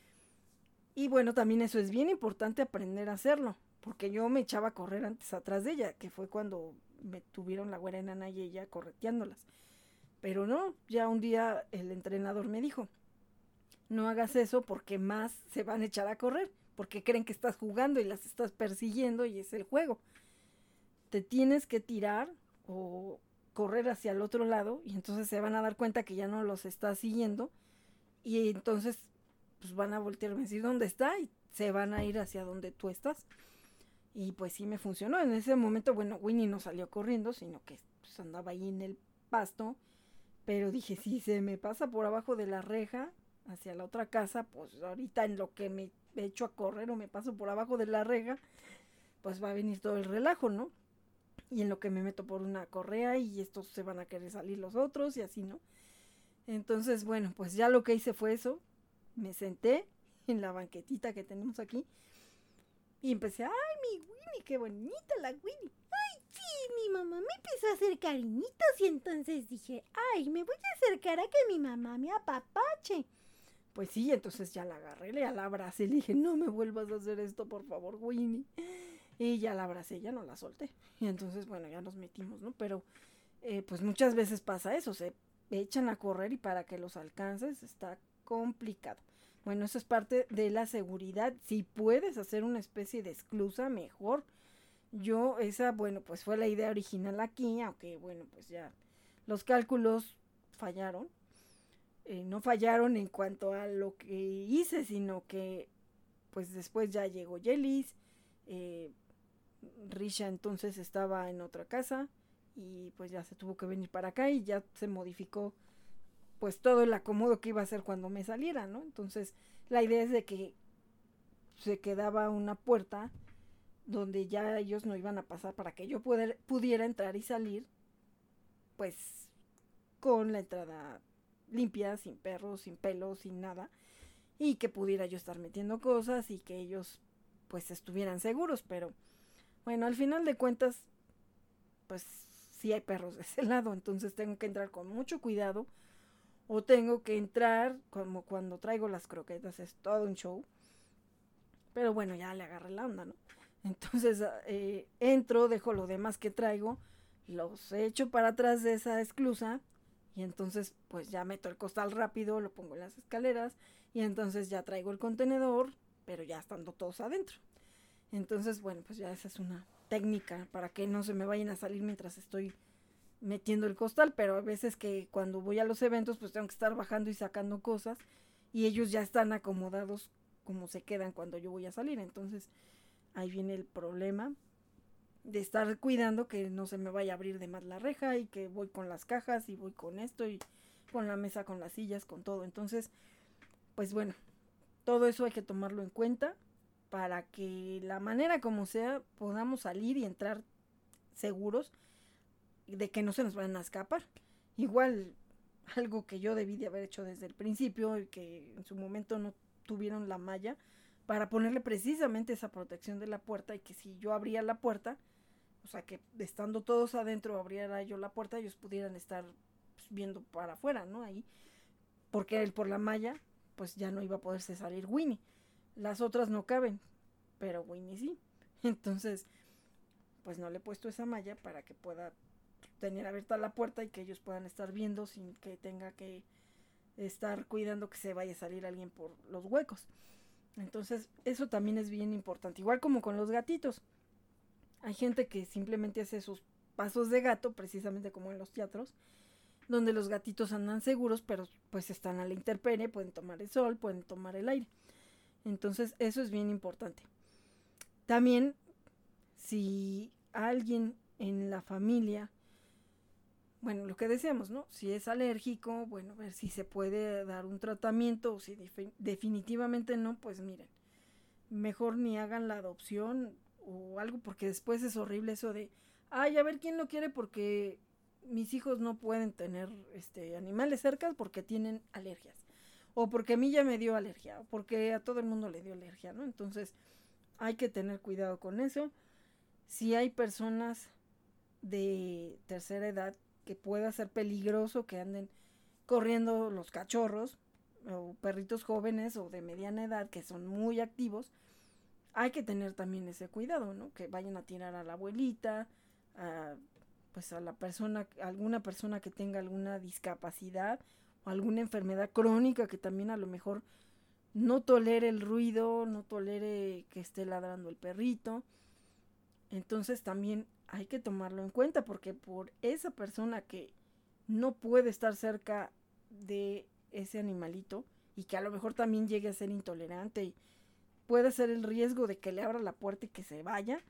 Y bueno, también eso es bien importante aprender a hacerlo, porque yo me echaba a correr antes atrás de ella, que fue cuando me tuvieron la güera enana y ella correteándolas. Pero no, ya un día el entrenador me dijo, no hagas eso porque más se van a echar a correr, porque creen que estás jugando y las estás persiguiendo y es el juego. Te tienes que tirar o correr hacia el otro lado y entonces se van a dar cuenta que ya no los estás siguiendo y entonces pues van a voltear a decir dónde está y se van a ir hacia donde tú estás. Y pues sí me funcionó. En ese momento, bueno, Winnie no salió corriendo, sino que pues, andaba ahí en el pasto. Pero dije, si se me pasa por abajo de la reja hacia la otra casa, pues ahorita en lo que me echo a correr o me paso por abajo de la reja, pues va a venir todo el relajo, ¿no? Y en lo que me meto por una correa y estos se van a querer salir los otros y así, ¿no? Entonces, bueno, pues ya lo que hice fue eso. Me senté en la banquetita que tenemos aquí y empecé, ay, mi Winnie, qué bonita la Winnie. Ay, sí, mi mamá me empezó a hacer cariñitos y entonces dije, ay, me voy a acercar a que mi mamá me apapache. Pues sí, entonces ya la agarré, ya la abracé y le dije, no me vuelvas a hacer esto, por favor, Winnie. Y ya la abracé, ya no la solté. Y entonces, bueno, ya nos metimos, ¿no? Pero, pues muchas veces pasa eso, se echan a correr y para que los alcances está complicado. Bueno, eso es parte de la seguridad. Si puedes hacer una especie de esclusa, mejor. Yo, esa, bueno, pues fue la idea original aquí, aunque, bueno, pues ya los cálculos fallaron. No fallaron en cuanto a lo que hice, sino que, pues después ya llegó Yelis, Risha entonces estaba en otra casa y pues ya se tuvo que venir para acá y ya se modificó pues todo el acomodo que iba a hacer cuando me saliera, ¿no? Entonces la idea es de que se quedaba una puerta donde ya ellos no iban a pasar para que yo pudiera entrar y salir, pues con la entrada limpia, sin perros, sin pelos, sin nada, y que pudiera yo estar metiendo cosas y que ellos pues estuvieran seguros. Pero bueno, al final de cuentas, pues sí hay perros de ese lado, entonces tengo que entrar con mucho cuidado, o tengo que entrar como cuando traigo las croquetas, es todo un show. Pero bueno, ya le agarré la onda, ¿no? Entonces entro, dejo lo demás que traigo, los echo para atrás de esa esclusa, y entonces pues ya meto el costal rápido, lo pongo en las escaleras, y entonces ya traigo el contenedor, pero ya estando todos adentro. Entonces, bueno, pues ya esa es una técnica para que no se me vayan a salir mientras estoy metiendo el costal, pero a veces que cuando voy a los eventos pues tengo que estar bajando y sacando cosas, y ellos ya están acomodados como se quedan cuando yo voy a salir. Entonces ahí viene el problema de estar cuidando que no se me vaya a abrir de más la reja, y que voy con las cajas y voy con esto y con la mesa, con las sillas, con todo. Entonces, pues bueno, todo eso hay que tomarlo en cuenta para que la manera como sea podamos salir y entrar seguros de que no se nos van a escapar. Igual, algo que yo debí de haber hecho desde el principio y que en su momento no tuvieron la malla para ponerle precisamente esa protección de la puerta, y que si yo abría la puerta, o sea, que estando todos adentro abriera yo la puerta, ellos pudieran estar pues, viendo para afuera, ¿no? Ahí, porque él por la malla pues ya no iba a poderse salir Winnie. Las otras no caben, pero Winnie sí. Entonces pues no le he puesto esa malla para que pueda tener abierta la puerta y que ellos puedan estar viendo sin que tenga que estar cuidando que se vaya a salir alguien por los huecos. Entonces eso también es bien importante, igual como con los gatitos. Hay gente que simplemente hace sus pasos de gato, precisamente como en los teatros, donde los gatitos andan seguros, pero pues están a la intemperie, pueden tomar el sol, pueden tomar el aire. Entonces eso es bien importante. También, si alguien en la familia, bueno, lo que decíamos, ¿no? Si es alérgico, bueno, ver si se puede dar un tratamiento, o si definitivamente no, pues miren, mejor ni hagan la adopción o algo, porque después es horrible eso de, ay, a ver quién lo quiere, porque mis hijos no pueden tener animales cerca porque tienen alergias, o porque a mí ya me dio alergia, o porque a todo el mundo le dio alergia, ¿no? Entonces hay que tener cuidado con eso. Si hay personas de tercera edad que pueda ser peligroso que anden corriendo los cachorros, o perritos jóvenes o de mediana edad que son muy activos, hay que tener también ese cuidado, ¿no? Que vayan a tirar a la abuelita, pues a la persona, alguna persona que tenga alguna discapacidad o alguna enfermedad crónica que también a lo mejor no tolere el ruido, no tolere que esté ladrando el perrito. Entonces también hay que tomarlo en cuenta, porque por esa persona que no puede estar cerca de ese animalito y que a lo mejor también llegue a ser intolerante y puede ser el riesgo de que le abra la puerta y que se vaya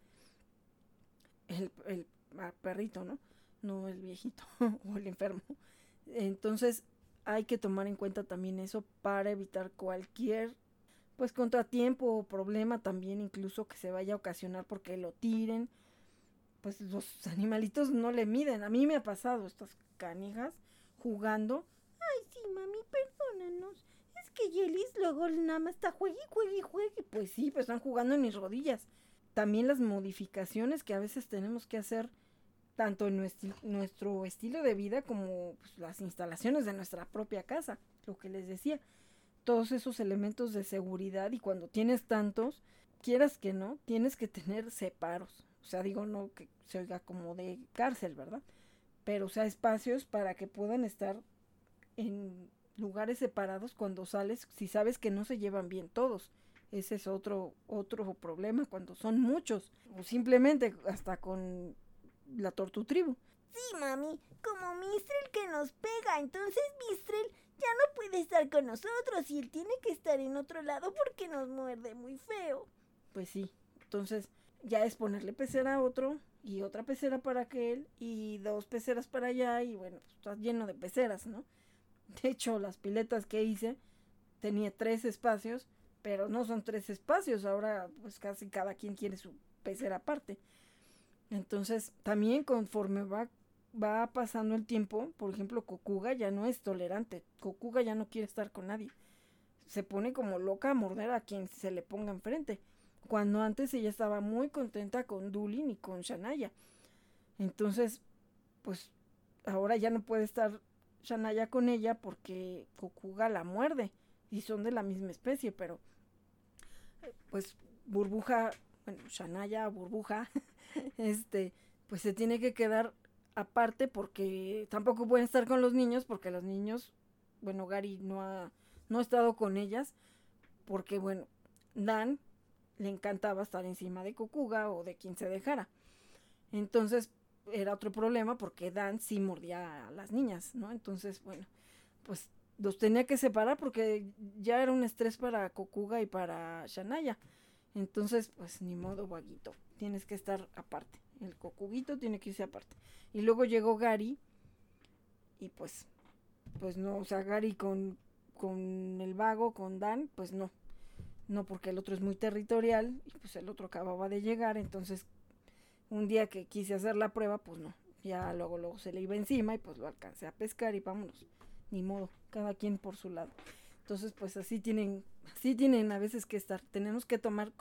el perrito, ¿no? No el viejito o el enfermo. Entonces hay que tomar en cuenta también eso para evitar cualquier pues contratiempo o problema también, incluso que se vaya a ocasionar porque lo tiren. Pues los animalitos no le miden. A mí me ha pasado estas canijas jugando. Ay, sí, mami, perdónanos. Es que Yelis luego nada más está juegue y juegue y juegue. Pues sí, pues están jugando en mis rodillas. También las modificaciones que a veces tenemos que hacer, tanto en nuestro estilo de vida como pues, las instalaciones de nuestra propia casa. Lo que les decía, todos esos elementos de seguridad, y cuando tienes tantos, quieras que no, tienes que tener separos. O sea, digo, no que se oiga como de cárcel, ¿verdad? Pero, o sea, espacios para que puedan estar en lugares separados cuando sales, si sabes que no se llevan bien todos. Ese es otro problema cuando son muchos, o simplemente hasta con la tortutribu. Sí, mami, como Mistrel que nos pega, entonces Mistrel ya no puede estar con nosotros y él tiene que estar en otro lado porque nos muerde muy feo. Pues sí, entonces ya es ponerle pecera a otro y otra pecera para aquel y 2 peceras para allá, y bueno, pues está lleno de peceras, ¿no? De hecho, las piletas que hice tenía 3 espacios pero no son 3 espacios, ahora pues casi cada quien quiere su pecera aparte. Entonces, también conforme va pasando el tiempo, por ejemplo, Kokuga ya no es tolerante, Kokuga ya no quiere estar con nadie, se pone como loca a morder a quien se le ponga enfrente, cuando antes ella estaba muy contenta con Dulin y con Shanaya. Entonces, pues ahora ya no puede estar Shanaya con ella porque Kokuga la muerde y son de la misma especie, pero pues Burbuja, bueno, Shanaya, Burbuja, pues se tiene que quedar aparte porque tampoco pueden estar con los niños porque los niños, bueno, Gary no ha estado con ellas porque, bueno, Dan le encantaba estar encima de Kokuga o de quien se dejara. Entonces era otro problema porque Dan sí mordía a las niñas, ¿no? Entonces, bueno, pues los tenía que separar porque ya era un estrés para Kokuga y para Shanaya. Entonces, pues ni modo, vaguito, tienes que estar aparte. El Kokuguito tiene que irse aparte. Y luego llegó Gary y pues no, o sea, Gary con el vago, con Dan, pues no. No, porque el otro es muy territorial y pues el otro acababa de llegar, entonces un día que quise hacer la prueba, pues no. Ya luego se le iba encima y pues lo alcancé a pescar y vámonos. Ni modo, cada quien por su lado. Entonces, pues así tienen a veces que estar. Tenemos que tomar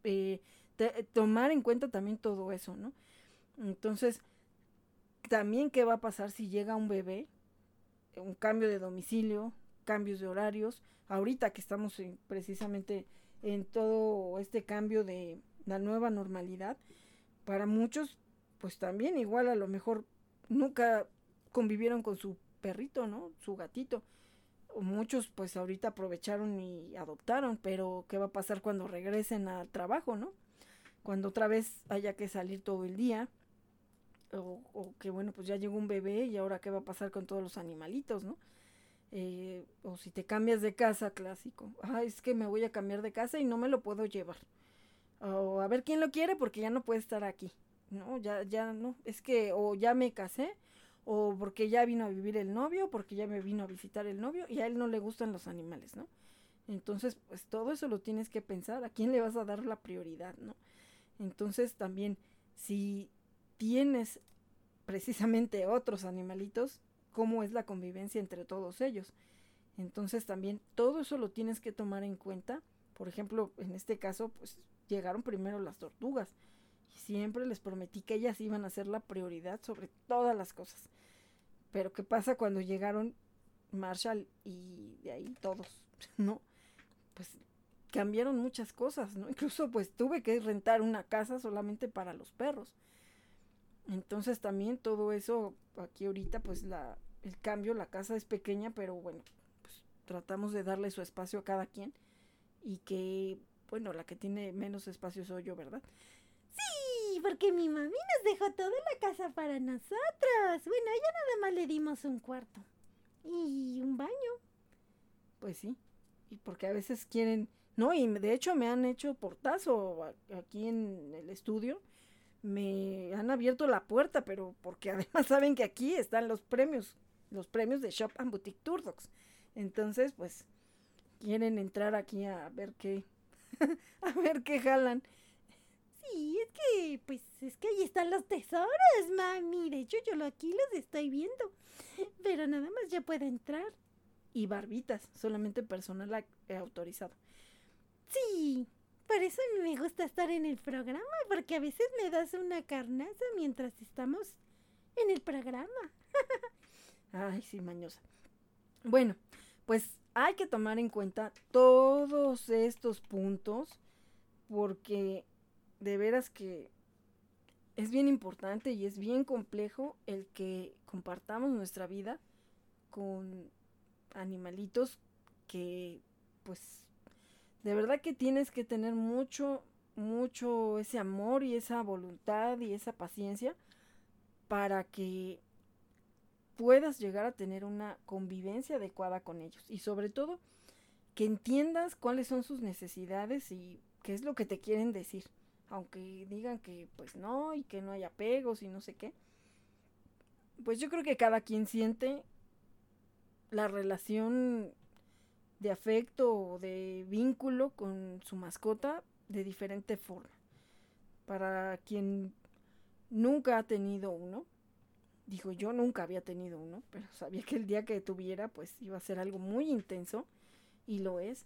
tomar en cuenta también todo eso, ¿no? Entonces, también qué va a pasar si llega un bebé, un cambio de domicilio, cambios de horarios. Ahorita que estamos precisamente en todo este cambio de la nueva normalidad, para muchos, pues también igual a lo mejor nunca convivieron con su perrito, ¿no? Su gatito. O muchos pues ahorita aprovecharon y adoptaron, pero ¿qué va a pasar cuando regresen al trabajo, ¿no? Cuando otra vez haya que salir todo el día, o que bueno, pues ya llegó un bebé y ahora qué va a pasar con todos los animalitos, ¿no? O si te cambias de casa, clásico. Es que me voy a cambiar de casa y no me lo puedo llevar. O a ver quién lo quiere porque ya no puede estar aquí. No, ya no. Es que o ya me casé, o porque ya vino a vivir el novio, porque ya me vino a visitar el novio y a él no le gustan los animales, ¿no? Entonces, pues todo eso lo tienes que pensar. ¿A quién le vas a dar la prioridad, no? Entonces también, si tienes precisamente otros animalitos, cómo es la convivencia entre todos ellos. Entonces también todo eso lo tienes que tomar en cuenta. Por ejemplo, en este caso, pues llegaron primero las tortugas y siempre les prometí que ellas iban a ser la prioridad sobre todas las cosas. Pero ¿qué pasa cuando llegaron Marshall y de ahí todos, ¿no? Pues cambiaron muchas cosas, ¿no? Incluso pues tuve que rentar una casa solamente para los perros. Entonces también todo eso, aquí ahorita pues el cambio, la casa es pequeña, pero bueno, pues tratamos de darle su espacio a cada quien y que, bueno, la que tiene menos espacio soy yo, ¿verdad? Sí, porque mi mami nos dejó toda la casa para nosotros. Bueno, a ella nada más le dimos un cuarto y un baño. Pues sí, y porque a veces quieren, no, y de hecho me han hecho portazo aquí en el estudio. Me han abierto la puerta, pero porque además saben que aquí están los premios de Shop and Boutique Tour Dogs. Entonces, pues, quieren entrar aquí a ver qué, a ver qué jalan. Sí, es que ahí están los tesoros, mami. De hecho, aquí los estoy viendo. Pero nada más ya puede entrar. Y barbitas, solamente personal autorizado. Sí. Por eso a mí me gusta estar en el programa, porque a veces me das una carnaza mientras estamos en el programa. Ay, sí, mañosa. Bueno, pues hay que tomar en cuenta todos estos puntos, porque de veras que es bien importante y es bien complejo el que compartamos nuestra vida con animalitos que, pues, de verdad que tienes que tener mucho ese amor y esa voluntad y esa paciencia para que puedas llegar a tener una convivencia adecuada con ellos. Y sobre todo, que entiendas cuáles son sus necesidades y qué es lo que te quieren decir. Aunque digan que pues no y que no hay apegos y no sé qué. Pues yo creo que cada quien siente la relación de afecto o de vínculo con su mascota de diferente forma. Para quien nunca ha tenido uno, digo, yo nunca había tenido uno, pero sabía que el día que tuviera, pues iba a ser algo muy intenso, y lo es,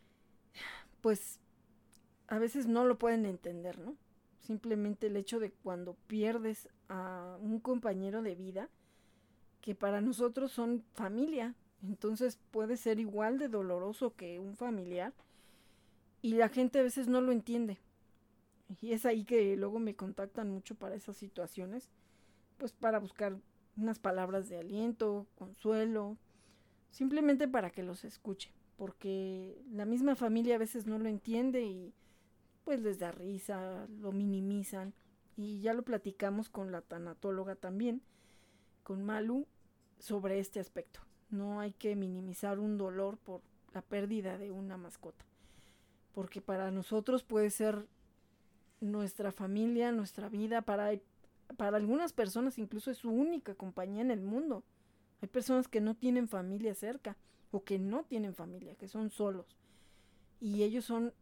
pues a veces no lo pueden entender, ¿no? Simplemente el hecho de cuando pierdes a un compañero de vida, que para nosotros son familia, entonces puede ser igual de doloroso que un familiar, y la gente a veces no lo entiende. Y es ahí que luego me contactan mucho para esas situaciones, pues para buscar unas palabras de aliento, consuelo, simplemente para que los escuche, porque la misma familia a veces no lo entiende y pues les da risa, lo minimizan, y ya lo platicamos con la tanatóloga también, con Malu, sobre este aspecto. No hay que minimizar un dolor por la pérdida de una mascota, porque para nosotros puede ser nuestra familia, nuestra vida, para algunas personas incluso es su única compañía en el mundo. Hay personas que no tienen familia cerca o que no tienen familia, que son solos. Y ellos son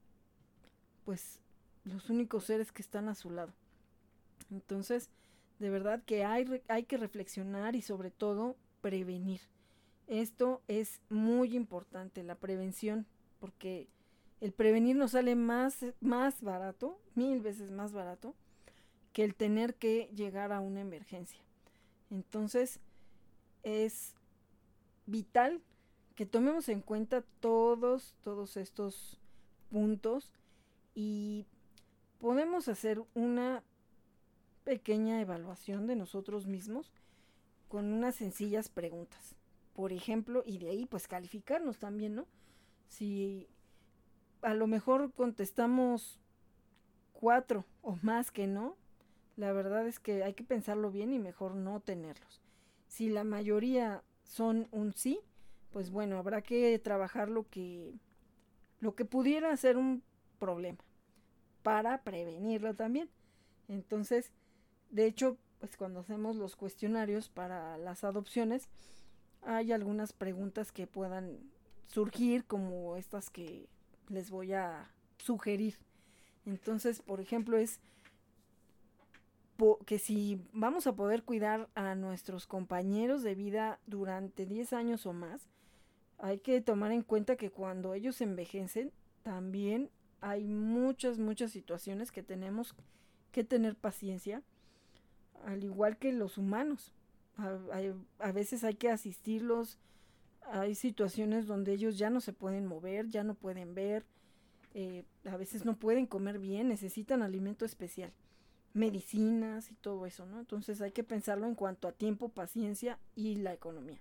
pues los únicos seres que están a su lado. Entonces, de verdad que hay que reflexionar y sobre todo prevenir. Esto es muy importante, la prevención, porque el prevenir nos sale más barato, 1000 veces más barato, que el tener que llegar a una emergencia. Entonces, es vital que tomemos en cuenta todos estos puntos y podemos hacer una pequeña evaluación de nosotros mismos con unas sencillas preguntas. Por ejemplo, y de ahí pues calificarnos también, ¿no? Si a lo mejor contestamos 4 o más que no, la verdad es que hay que pensarlo bien y mejor no tenerlos. Si la mayoría son un sí, pues bueno, habrá que trabajar lo que pudiera ser un problema para prevenirlo también. Entonces, de hecho, pues cuando hacemos los cuestionarios para las adopciones, hay algunas preguntas que puedan surgir como estas que les voy a sugerir. Entonces, por ejemplo, es que si vamos a poder cuidar a nuestros compañeros de vida durante 10 años o más, hay que tomar en cuenta que cuando ellos envejecen, también hay muchas situaciones que tenemos que tener paciencia, al igual que los humanos. A veces hay que asistirlos, hay situaciones donde ellos ya no se pueden mover, ya no pueden ver, a veces no pueden comer bien, necesitan alimento especial, medicinas y todo eso, ¿no? Entonces hay que pensarlo en cuanto a tiempo, paciencia y la economía.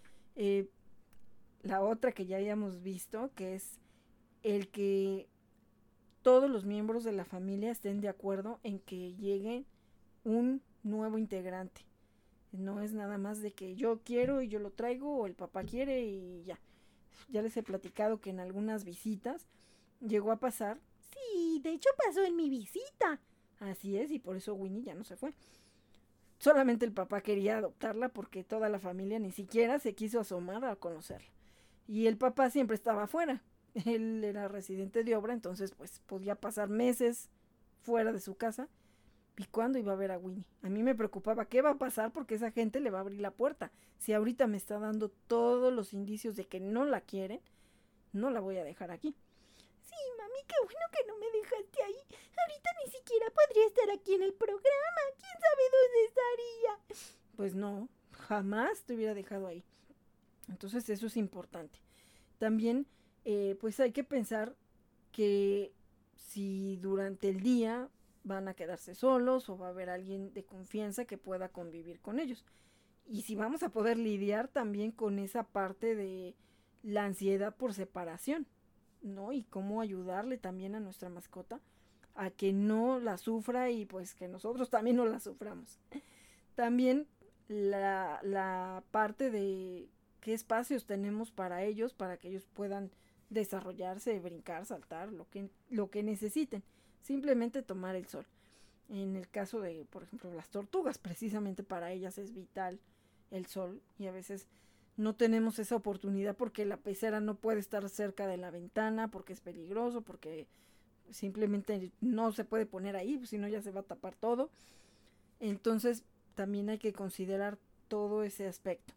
La otra que ya habíamos visto, que es el que todos los miembros de la familia estén de acuerdo en que llegue un nuevo integrante. No es nada más de que yo quiero y yo lo traigo, o el papá quiere y ya. Ya les he platicado que en algunas visitas llegó a pasar. Sí, de hecho pasó en mi visita. Así es, y por eso Winnie ya no se fue. Solamente el papá quería adoptarla porque toda la familia ni siquiera se quiso asomar a conocerla. Y el papá siempre estaba afuera. Él era residente de obra, entonces pues podía pasar meses fuera de su casa. ¿Y cuándo iba a ver a Winnie? A mí me preocupaba qué va a pasar porque esa gente le va a abrir la puerta. Si ahorita me está dando todos los indicios de que no la quieren, no la voy a dejar aquí. Sí, mami, qué bueno que no me dejaste ahí. Ahorita ni siquiera podría estar aquí en el programa. ¿Quién sabe dónde estaría? Pues no, jamás te hubiera dejado ahí. Entonces eso es importante. También pues hay que pensar que si durante el día van a quedarse solos o va a haber alguien de confianza que pueda convivir con ellos. Y si vamos a poder lidiar también con esa parte de la ansiedad por separación, ¿no? Y cómo ayudarle también a nuestra mascota a que no la sufra y pues que nosotros también no la suframos. También la parte de qué espacios tenemos para ellos, para que ellos puedan desarrollarse, brincar, saltar, lo que necesiten. Simplemente tomar el sol. En el caso de, por ejemplo, las tortugas, precisamente para ellas es vital el sol y a veces no tenemos esa oportunidad porque la pecera no puede estar cerca de la ventana, porque es peligroso, porque simplemente no se puede poner ahí, pues, si no ya se va a tapar todo. Entonces también hay que considerar todo ese aspecto.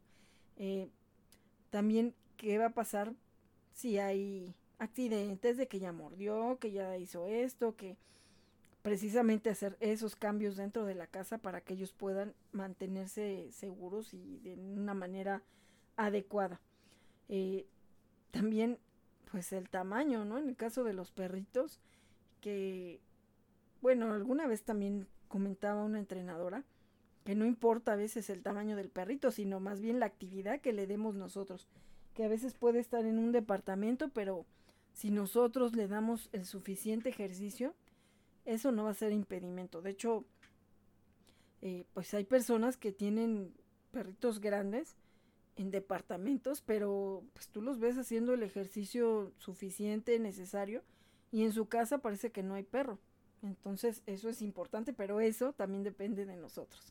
También qué va a pasar si hay accidentes de que ya mordió, que ya hizo esto, que precisamente hacer esos cambios dentro de la casa para que ellos puedan mantenerse seguros y de una manera adecuada. También pues el tamaño, ¿no? En el caso de los perritos, que bueno, alguna vez también comentaba una entrenadora que no importa a veces el tamaño del perrito, sino más bien la actividad que le demos nosotros, que a veces puede estar en un departamento, pero si nosotros le damos el suficiente ejercicio, eso no va a ser impedimento. De hecho, pues hay personas que tienen perritos grandes en departamentos, pero pues tú los ves haciendo el ejercicio suficiente, necesario, y en su casa parece que no hay perro. Entonces eso es importante, pero eso también depende de nosotros.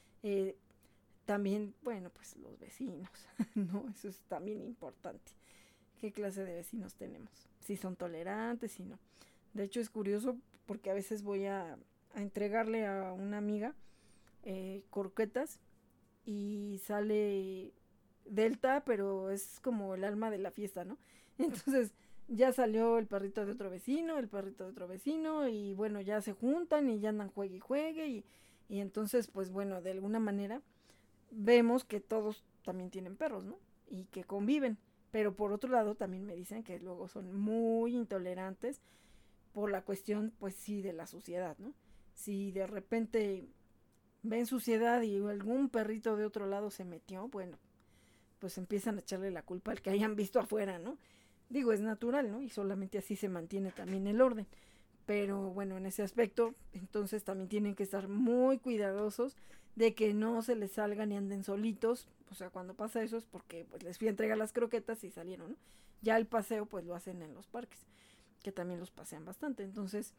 También, bueno, pues los vecinos, ¿no? Eso es también importante. ¿Qué clase de vecinos tenemos? Si son tolerantes, si no. De hecho es curioso porque a veces voy a entregarle a una amiga croquetas y sale Delta, pero es como el alma de la fiesta, ¿no? Entonces ya salió el perrito de otro vecino, el perrito de otro vecino, y bueno, ya se juntan y ya andan juegue y juegue, y entonces, pues bueno, de alguna manera vemos que todos también tienen perros, ¿no? Y que conviven. Pero por otro lado también me dicen que luego son muy intolerantes por la cuestión, pues sí, de la suciedad, ¿no? Si de repente ven suciedad y algún perrito de otro lado se metió, bueno, pues empiezan a echarle la culpa al que hayan visto afuera, ¿no? Digo, es natural, ¿no? Y solamente así se mantiene también el orden. Pero bueno, en ese aspecto, entonces también tienen que estar muy cuidadosos de que no se les salgan y anden solitos. O sea, cuando pasa eso es porque pues les fui a entregar las croquetas y salieron, ¿no? Ya el paseo pues lo hacen en los parques, que también los pasean bastante. Entonces,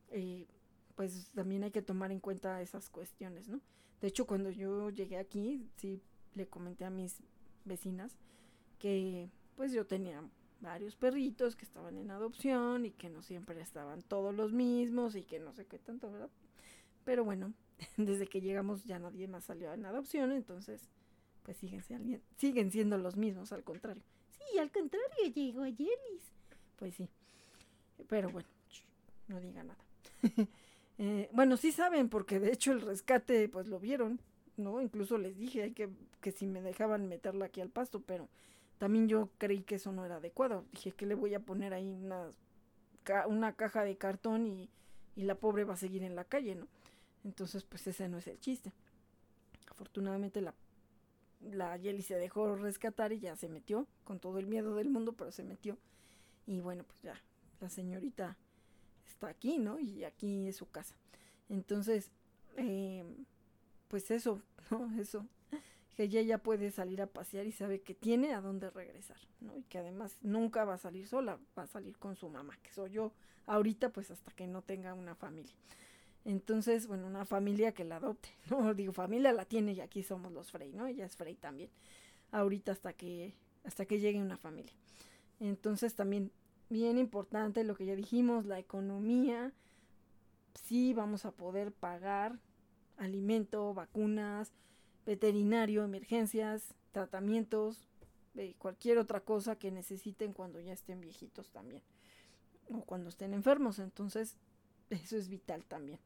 pues también hay que tomar en cuenta esas cuestiones, ¿no? De hecho, cuando yo llegué aquí, sí le comenté a mis vecinas que pues yo tenía varios perritos que estaban en adopción y que no siempre estaban todos los mismos y que no sé qué tanto, ¿verdad? Pero bueno, desde que llegamos ya nadie más salió en adopción, entonces pues siguen siendo los mismos, al contrario. Sí, al contrario, llegó a Yelis. Pues sí, pero bueno, no diga nada. Bueno, sí saben, porque de hecho el rescate pues lo vieron, ¿no? Incluso les dije que si me dejaban meterla aquí al pasto, pero también yo creí que eso no era adecuado. Dije que le voy a poner ahí una caja de cartón y la pobre va a seguir en la calle, ¿no? Entonces pues ese no es el chiste. Afortunadamente la Yeli se dejó rescatar y ya se metió, con todo el miedo del mundo, pero se metió. Y bueno, pues ya la señorita está aquí, ¿no? Y aquí es su casa. Entonces, pues eso, ¿no? Eso, que ella ya puede salir a pasear y sabe que tiene a dónde regresar, ¿no? Y que además nunca va a salir sola, va a salir con su mamá, que soy yo ahorita, pues hasta que no tenga una familia. Entonces, bueno, una familia que la adopte, ¿no? Digo, familia la tiene y aquí somos los Frey, ¿no? Ella es Frey también. Ahorita hasta que llegue una familia. Entonces también bien importante lo que ya dijimos, la economía. Sí vamos a poder pagar alimento, vacunas, veterinario, emergencias, tratamientos, cualquier otra cosa que necesiten cuando ya estén viejitos también, o cuando estén enfermos. Entonces eso es vital también.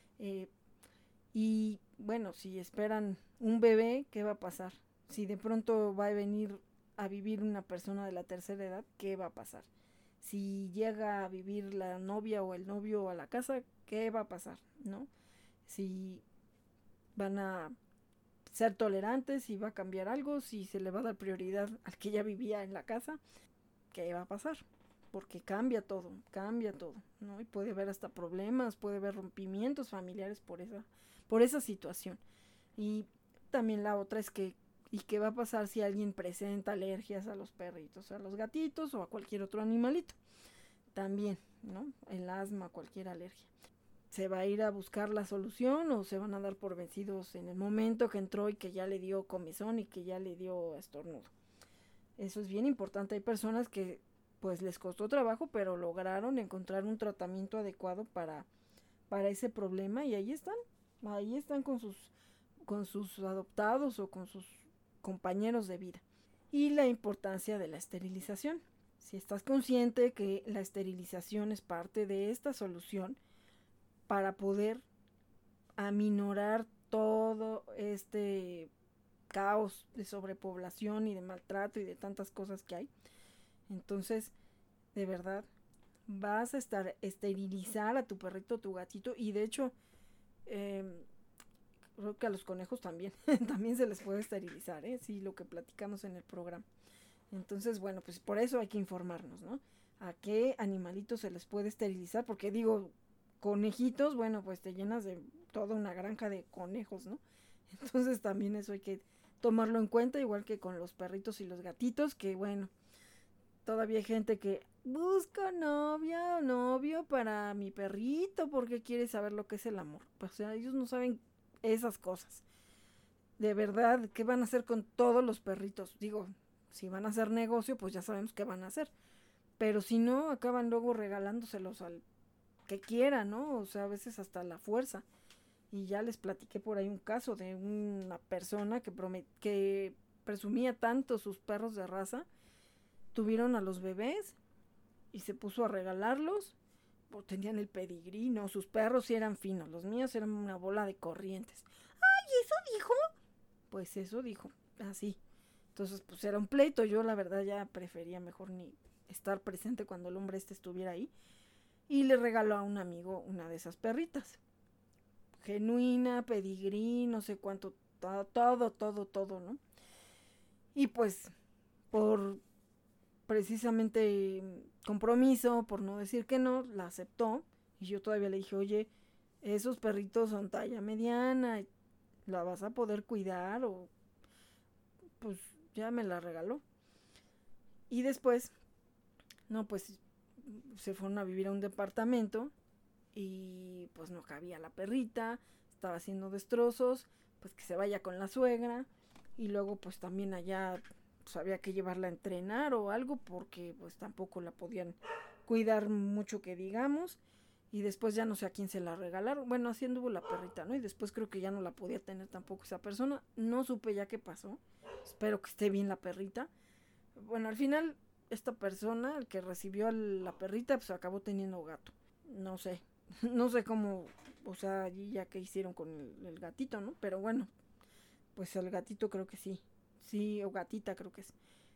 Y bueno, si esperan un bebé, ¿qué va a pasar? Si de pronto va a venir a vivir una persona de la tercera edad, ¿qué va a pasar? Si llega a vivir la novia o el novio a la casa, ¿qué va a pasar? ¿No? Si van a ser tolerantes, si va a cambiar algo, si se le va a dar prioridad al que ya vivía en la casa, ¿qué va a pasar? Porque cambia todo, ¿no? Y puede haber hasta problemas, puede haber rompimientos familiares por esa situación. Y también la otra es que, ¿y qué va a pasar si alguien presenta alergias a los perritos, a los gatitos o a cualquier otro animalito? También, ¿no? El asma, cualquier alergia. ¿Se va a ir a buscar la solución o se van a dar por vencidos en el momento que entró y que ya le dio comezón y que ya le dio estornudo? Eso es bien importante. Hay personas que pues les costó trabajo, pero lograron encontrar un tratamiento adecuado para ese problema y ahí están con sus adoptados o con sus compañeros de vida. Y la importancia de la esterilización. Si estás consciente que la esterilización es parte de esta solución para poder aminorar todo este caos de sobrepoblación y de maltrato y de tantas cosas que hay, entonces de verdad vas a esterilizar a tu perrito o tu gatito. Y de hecho creo que a los conejos también también se les puede esterilizar, sí, lo que platicamos en el programa. Entonces, bueno, pues por eso hay que informarnos, ¿no? A qué animalitos se les puede esterilizar, porque digo, conejitos, bueno, pues te llenas de toda una granja de conejos, ¿no? Entonces también eso hay que tomarlo en cuenta, igual que con los perritos y los gatitos, que bueno, todavía hay gente que busco novia o novio para mi perrito porque quiere saber lo que es el amor. Pues, o sea, ellos no saben esas cosas. De verdad, ¿qué van a hacer con todos los perritos? Digo, si van a hacer negocio, pues ya sabemos qué van a hacer. Pero si no, acaban luego regalándoselos al que quiera, ¿no? O sea, a veces hasta la fuerza. Y ya les platiqué por ahí un caso de una persona que presumía tanto sus perros de raza. Tuvieron a los bebés y se puso a regalarlos. Tenían el pedigrí, no, sus perros sí eran finos, los míos eran una bola de corrientes. ¡Ay, eso dijo! Pues eso dijo, así. Entonces, pues era un pleito. Yo la verdad ya prefería mejor ni estar presente cuando el hombre estuviera ahí. Y le regaló a un amigo una de esas perritas. Genuina, pedigrí, no sé cuánto, todo, ¿no? Y pues, por precisamente compromiso, por no decir que no, la aceptó. Y yo todavía le dije, oye, esos perritos son talla mediana, ¿la vas a poder cuidar? O pues ya me la regaló. Y después, no, pues se fueron a vivir a un departamento y pues no cabía la perrita, estaba haciendo destrozos, pues que se vaya con la suegra. Y luego pues también allá pues había que llevarla a entrenar o algo porque pues tampoco la podían cuidar mucho que digamos. Y después ya no sé a quién se la regalaron. Bueno, así anduvo la perrita, ¿no? Y después creo que ya no la podía tener tampoco esa persona. No supe ya qué pasó. Espero que esté bien la perrita. Bueno, al final esta persona, el que recibió a la perrita, pues acabó teniendo gato. No sé. No sé cómo, o sea, allí ya que hicieron con el gatito, ¿no? Pero bueno, pues el gatito creo que sí. Sí, o gatita creo que es.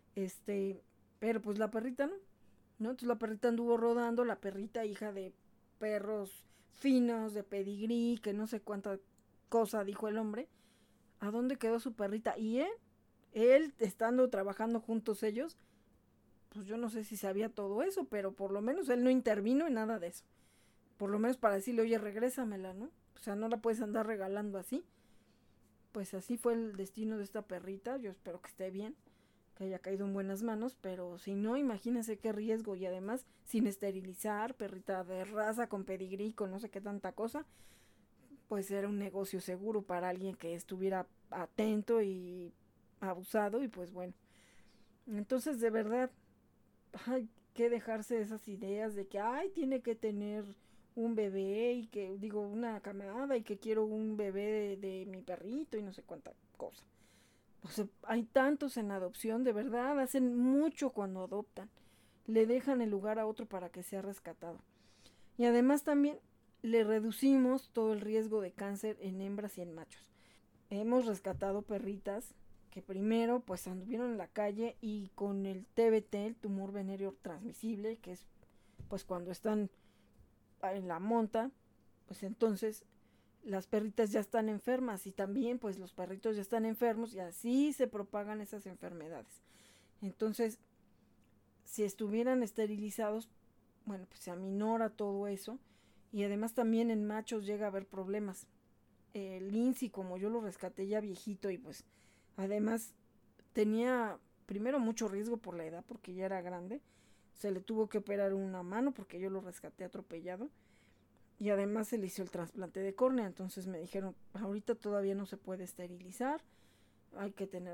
Pero pues la perrita no. ¿No? Entonces la perrita anduvo rodando, la perrita hija de perros finos, de pedigrí, que no sé cuánta cosa dijo el hombre. ¿A dónde quedó su perrita? Y él estando trabajando juntos ellos, pues yo no sé si sabía todo eso, pero por lo menos él no intervino en nada de eso. Por lo menos para decirle, oye, regrésamela, ¿no? O sea, no la puedes andar regalando así. Pues así fue el destino de esta perrita. Yo espero que esté bien, que haya caído en buenas manos, pero si no, imagínense qué riesgo. Y además, sin esterilizar, perrita de raza, con pedigrí, con no sé qué tanta cosa, pues era un negocio seguro para alguien que estuviera atento y abusado. Y pues bueno, entonces de verdad hay que dejarse de esas ideas de que, ay, tiene que tener un bebé y que, digo, una camada y que quiero un bebé de mi perrito y no sé cuánta cosa. O sea, hay tantos en adopción, de verdad, hacen mucho cuando adoptan. Le dejan el lugar a otro para que sea rescatado. Y además también le reducimos todo el riesgo de cáncer en hembras y en machos. Hemos rescatado perritas que primero pues anduvieron en la calle y con el TBT, el tumor venéreo transmisible, que es pues cuando están en la monta, pues entonces las perritas ya están enfermas y también pues los perritos ya están enfermos y así se propagan esas enfermedades. Entonces, si estuvieran esterilizados, bueno, pues se aminora todo eso y además también en machos llega a haber problemas. El Lindsay, como yo lo rescaté ya viejito y pues además tenía primero mucho riesgo por la edad porque ya era grande, se le tuvo que operar una mano porque yo lo rescaté atropellado y además se le hizo el trasplante de córnea. Entonces me dijeron, ahorita todavía no se puede esterilizar, hay que tener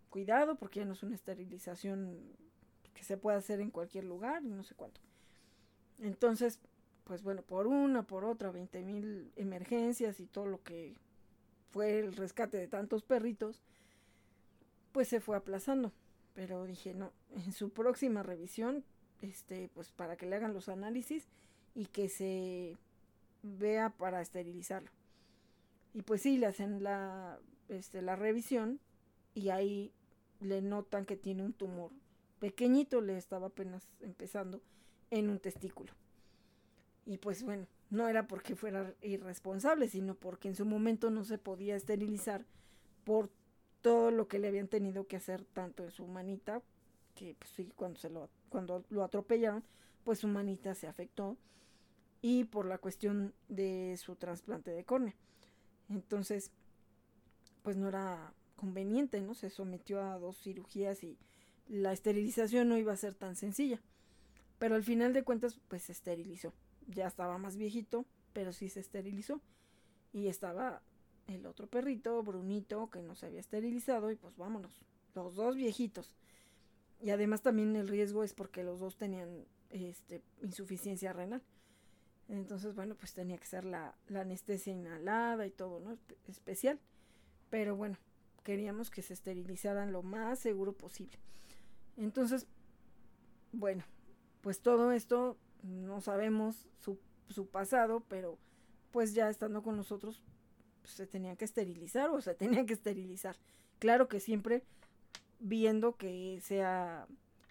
cuidado porque ya no es una esterilización que se puede hacer en cualquier lugar, no sé cuánto. Entonces, pues bueno, por una, por otra, 20,000 emergencias y todo lo que fue el rescate de tantos perritos, pues se fue aplazando. Pero dije, no, en su próxima revisión, pues para que le hagan los análisis y que se vea para esterilizarlo. Y pues sí, le hacen la revisión y ahí le notan que tiene un tumor pequeñito, le estaba apenas empezando en un testículo. Y pues bueno, no era porque fuera irresponsable, sino porque en su momento no se podía esterilizar por todo lo que le habían tenido que hacer tanto en su manita, que pues sí, cuando lo atropellaron, pues su manita se afectó, y por la cuestión de su trasplante de córnea. Entonces, pues no era conveniente, ¿no? Se sometió a 2 cirugías y la esterilización no iba a ser tan sencilla. Pero al final de cuentas, pues se esterilizó. Ya estaba más viejito, pero sí se esterilizó. Y estaba el otro perrito, Brunito, que no se había esterilizado, y pues vámonos, los 2 viejitos. Y además también el riesgo es porque los 2 tenían insuficiencia renal. Entonces, bueno, pues tenía que ser la anestesia inhalada y todo, ¿no? Especial. Pero bueno, queríamos que se esterilizaran lo más seguro posible. Entonces, bueno, pues todo esto no sabemos su pasado, pero pues ya estando con nosotros, pues se tenían que esterilizar o se tenían que esterilizar. Claro que siempre viendo que sea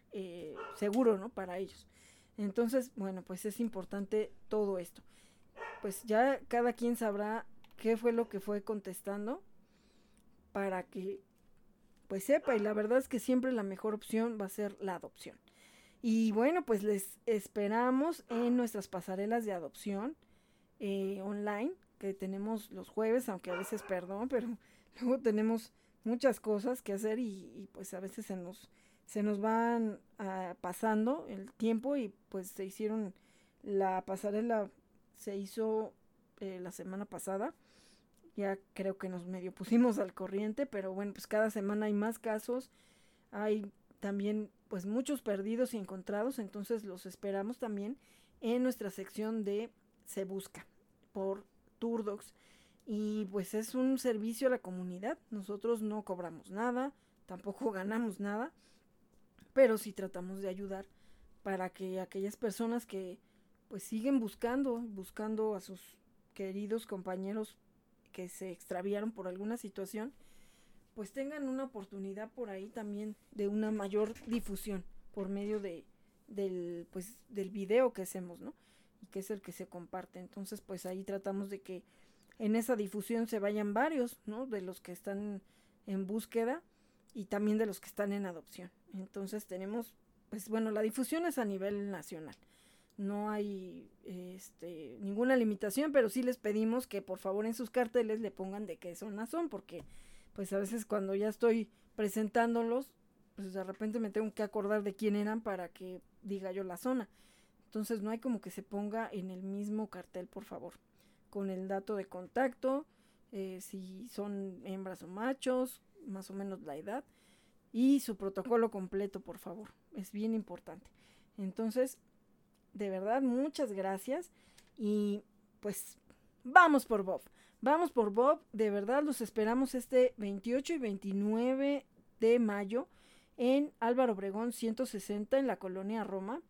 seguro, ¿no? Para ellos. Entonces, bueno, pues es importante todo esto. Pues ya cada quien sabrá qué fue lo que fue contestando para que pues sepa, y la verdad es que siempre la mejor opción va a ser la adopción. Y bueno, pues les esperamos en nuestras pasarelas de adopción online que tenemos los jueves, aunque a veces, perdón, pero luego tenemos muchas cosas que hacer y pues a veces se nos van pasando el tiempo, y pues la pasarela se hizo la semana pasada. Ya creo que nos medio pusimos al corriente, pero bueno, pues cada semana hay más casos, hay también pues muchos perdidos y encontrados, entonces los esperamos también en nuestra sección de Se Busca por Turdocs. Y pues es un servicio a la comunidad, nosotros no cobramos nada, tampoco ganamos nada, pero sí tratamos de ayudar para que aquellas personas que pues siguen buscando a sus queridos compañeros que se extraviaron por alguna situación, pues tengan una oportunidad por ahí también de una mayor difusión por medio del video que hacemos, ¿no? Y que es el que se comparte. Entonces, pues ahí tratamos de que en esa difusión se vayan varios, ¿no? De los que están en búsqueda y también de los que están en adopción. Entonces tenemos, pues bueno, la difusión es a nivel nacional. No hay ninguna limitación, pero sí les pedimos que por favor en sus carteles le pongan de qué zona son, porque pues a veces cuando ya estoy presentándolos, pues de repente me tengo que acordar de quién eran para que diga yo la zona. Entonces no hay como que se ponga en el mismo cartel, por favor, con el dato de contacto, si son hembras o machos, más o menos la edad, y su protocolo completo, por favor, es bien importante. Entonces, de verdad, muchas gracias, y pues vamos por Bob, de verdad los esperamos este 28 y 29 de mayo en Álvaro Obregón 160 en la colonia Roma.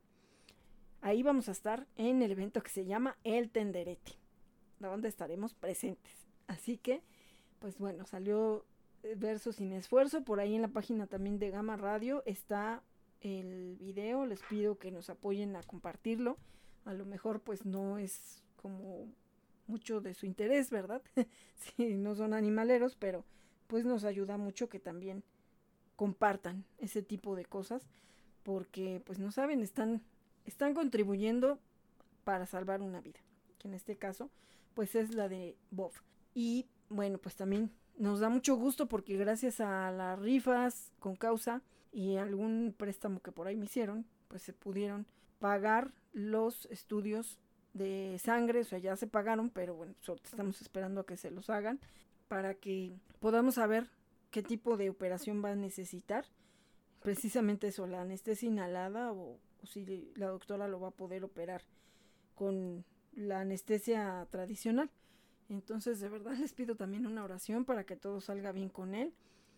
Ahí vamos a estar en el evento que se llama El Tenderete, donde estaremos presentes. Así que, pues bueno, salió Verso Sin Esfuerzo. Por ahí en la página también de Gama Radio está el video. Les pido que nos apoyen a compartirlo. A lo mejor pues no es como mucho de su interés, ¿verdad? Si no son animaleros, pero pues nos ayuda mucho que también compartan ese tipo de cosas, porque pues no saben, están contribuyendo para salvar una vida, que en este caso pues es la de Bob. Y bueno, pues también nos da mucho gusto porque gracias a las rifas con causa y algún préstamo que por ahí me hicieron, pues se pudieron pagar los estudios de sangre. O sea, ya se pagaron, pero bueno, solo estamos esperando a que se los hagan para que podamos saber qué tipo de operación va a necesitar. Precisamente eso, la anestesia inhalada o si la doctora lo va a poder operar con la anestesia tradicional. Entonces, de verdad les pido también una oración para que todo salga bien con él.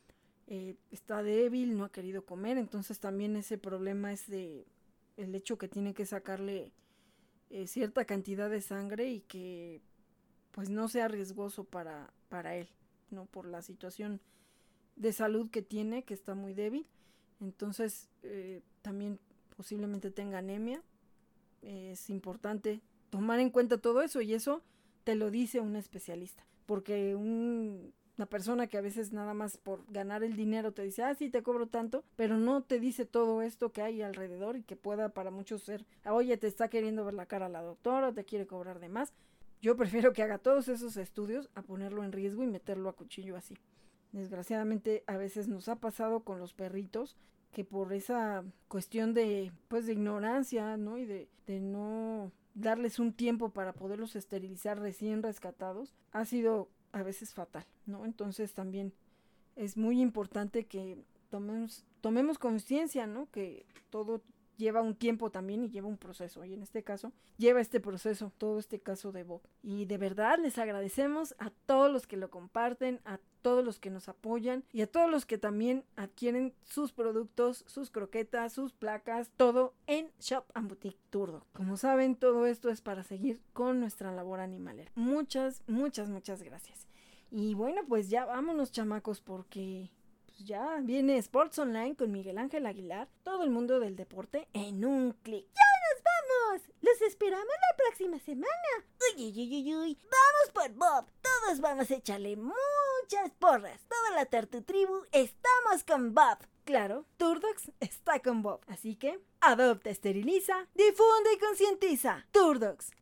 Está débil, no ha querido comer, entonces también ese problema es de el hecho que tiene que sacarle cierta cantidad de sangre y que pues no sea riesgoso para él, ¿no? Por la situación de salud que tiene, que está muy débil. Entonces también posiblemente tenga anemia. Es importante tomar en cuenta todo eso, y eso te lo dice un especialista, porque una persona que a veces nada más por ganar el dinero te dice, sí, te cobro tanto, pero no te dice todo esto que hay alrededor y que pueda para muchos ser, oye, te está queriendo ver la cara la doctora, te quiere cobrar de más. Yo prefiero que haga todos esos estudios a ponerlo en riesgo y meterlo a cuchillo así. Desgraciadamente a veces nos ha pasado con los perritos que por esa cuestión de ignorancia, ¿no? Y de no darles un tiempo para poderlos esterilizar recién rescatados, ha sido a veces fatal, ¿no? Entonces también es muy importante que tomemos conciencia, ¿no? Que todo lleva un tiempo también y lleva un proceso, y en este caso lleva este proceso, todo este caso de Bob. Y de verdad les agradecemos a todos los que lo comparten, a todos los que nos apoyan y a todos los que también adquieren sus productos, sus croquetas, sus placas, todo en Shop and Boutique Turdoc. Como saben, todo esto es para seguir con nuestra labor animalera. Muchas gracias. Y bueno, pues ya vámonos, chamacos, porque ya viene Sports Online con Miguel Ángel Aguilar, todo el mundo del deporte en un clic. ¡Ya nos vamos! ¡Los esperamos la próxima semana! ¡Uy! ¡Vamos por Bob! Todos vamos a echarle muchas porras. Toda la Tartutribu estamos con Bob. Claro, Turdocs está con Bob. Así que adopta, esteriliza, difunde y concientiza. Turdocs.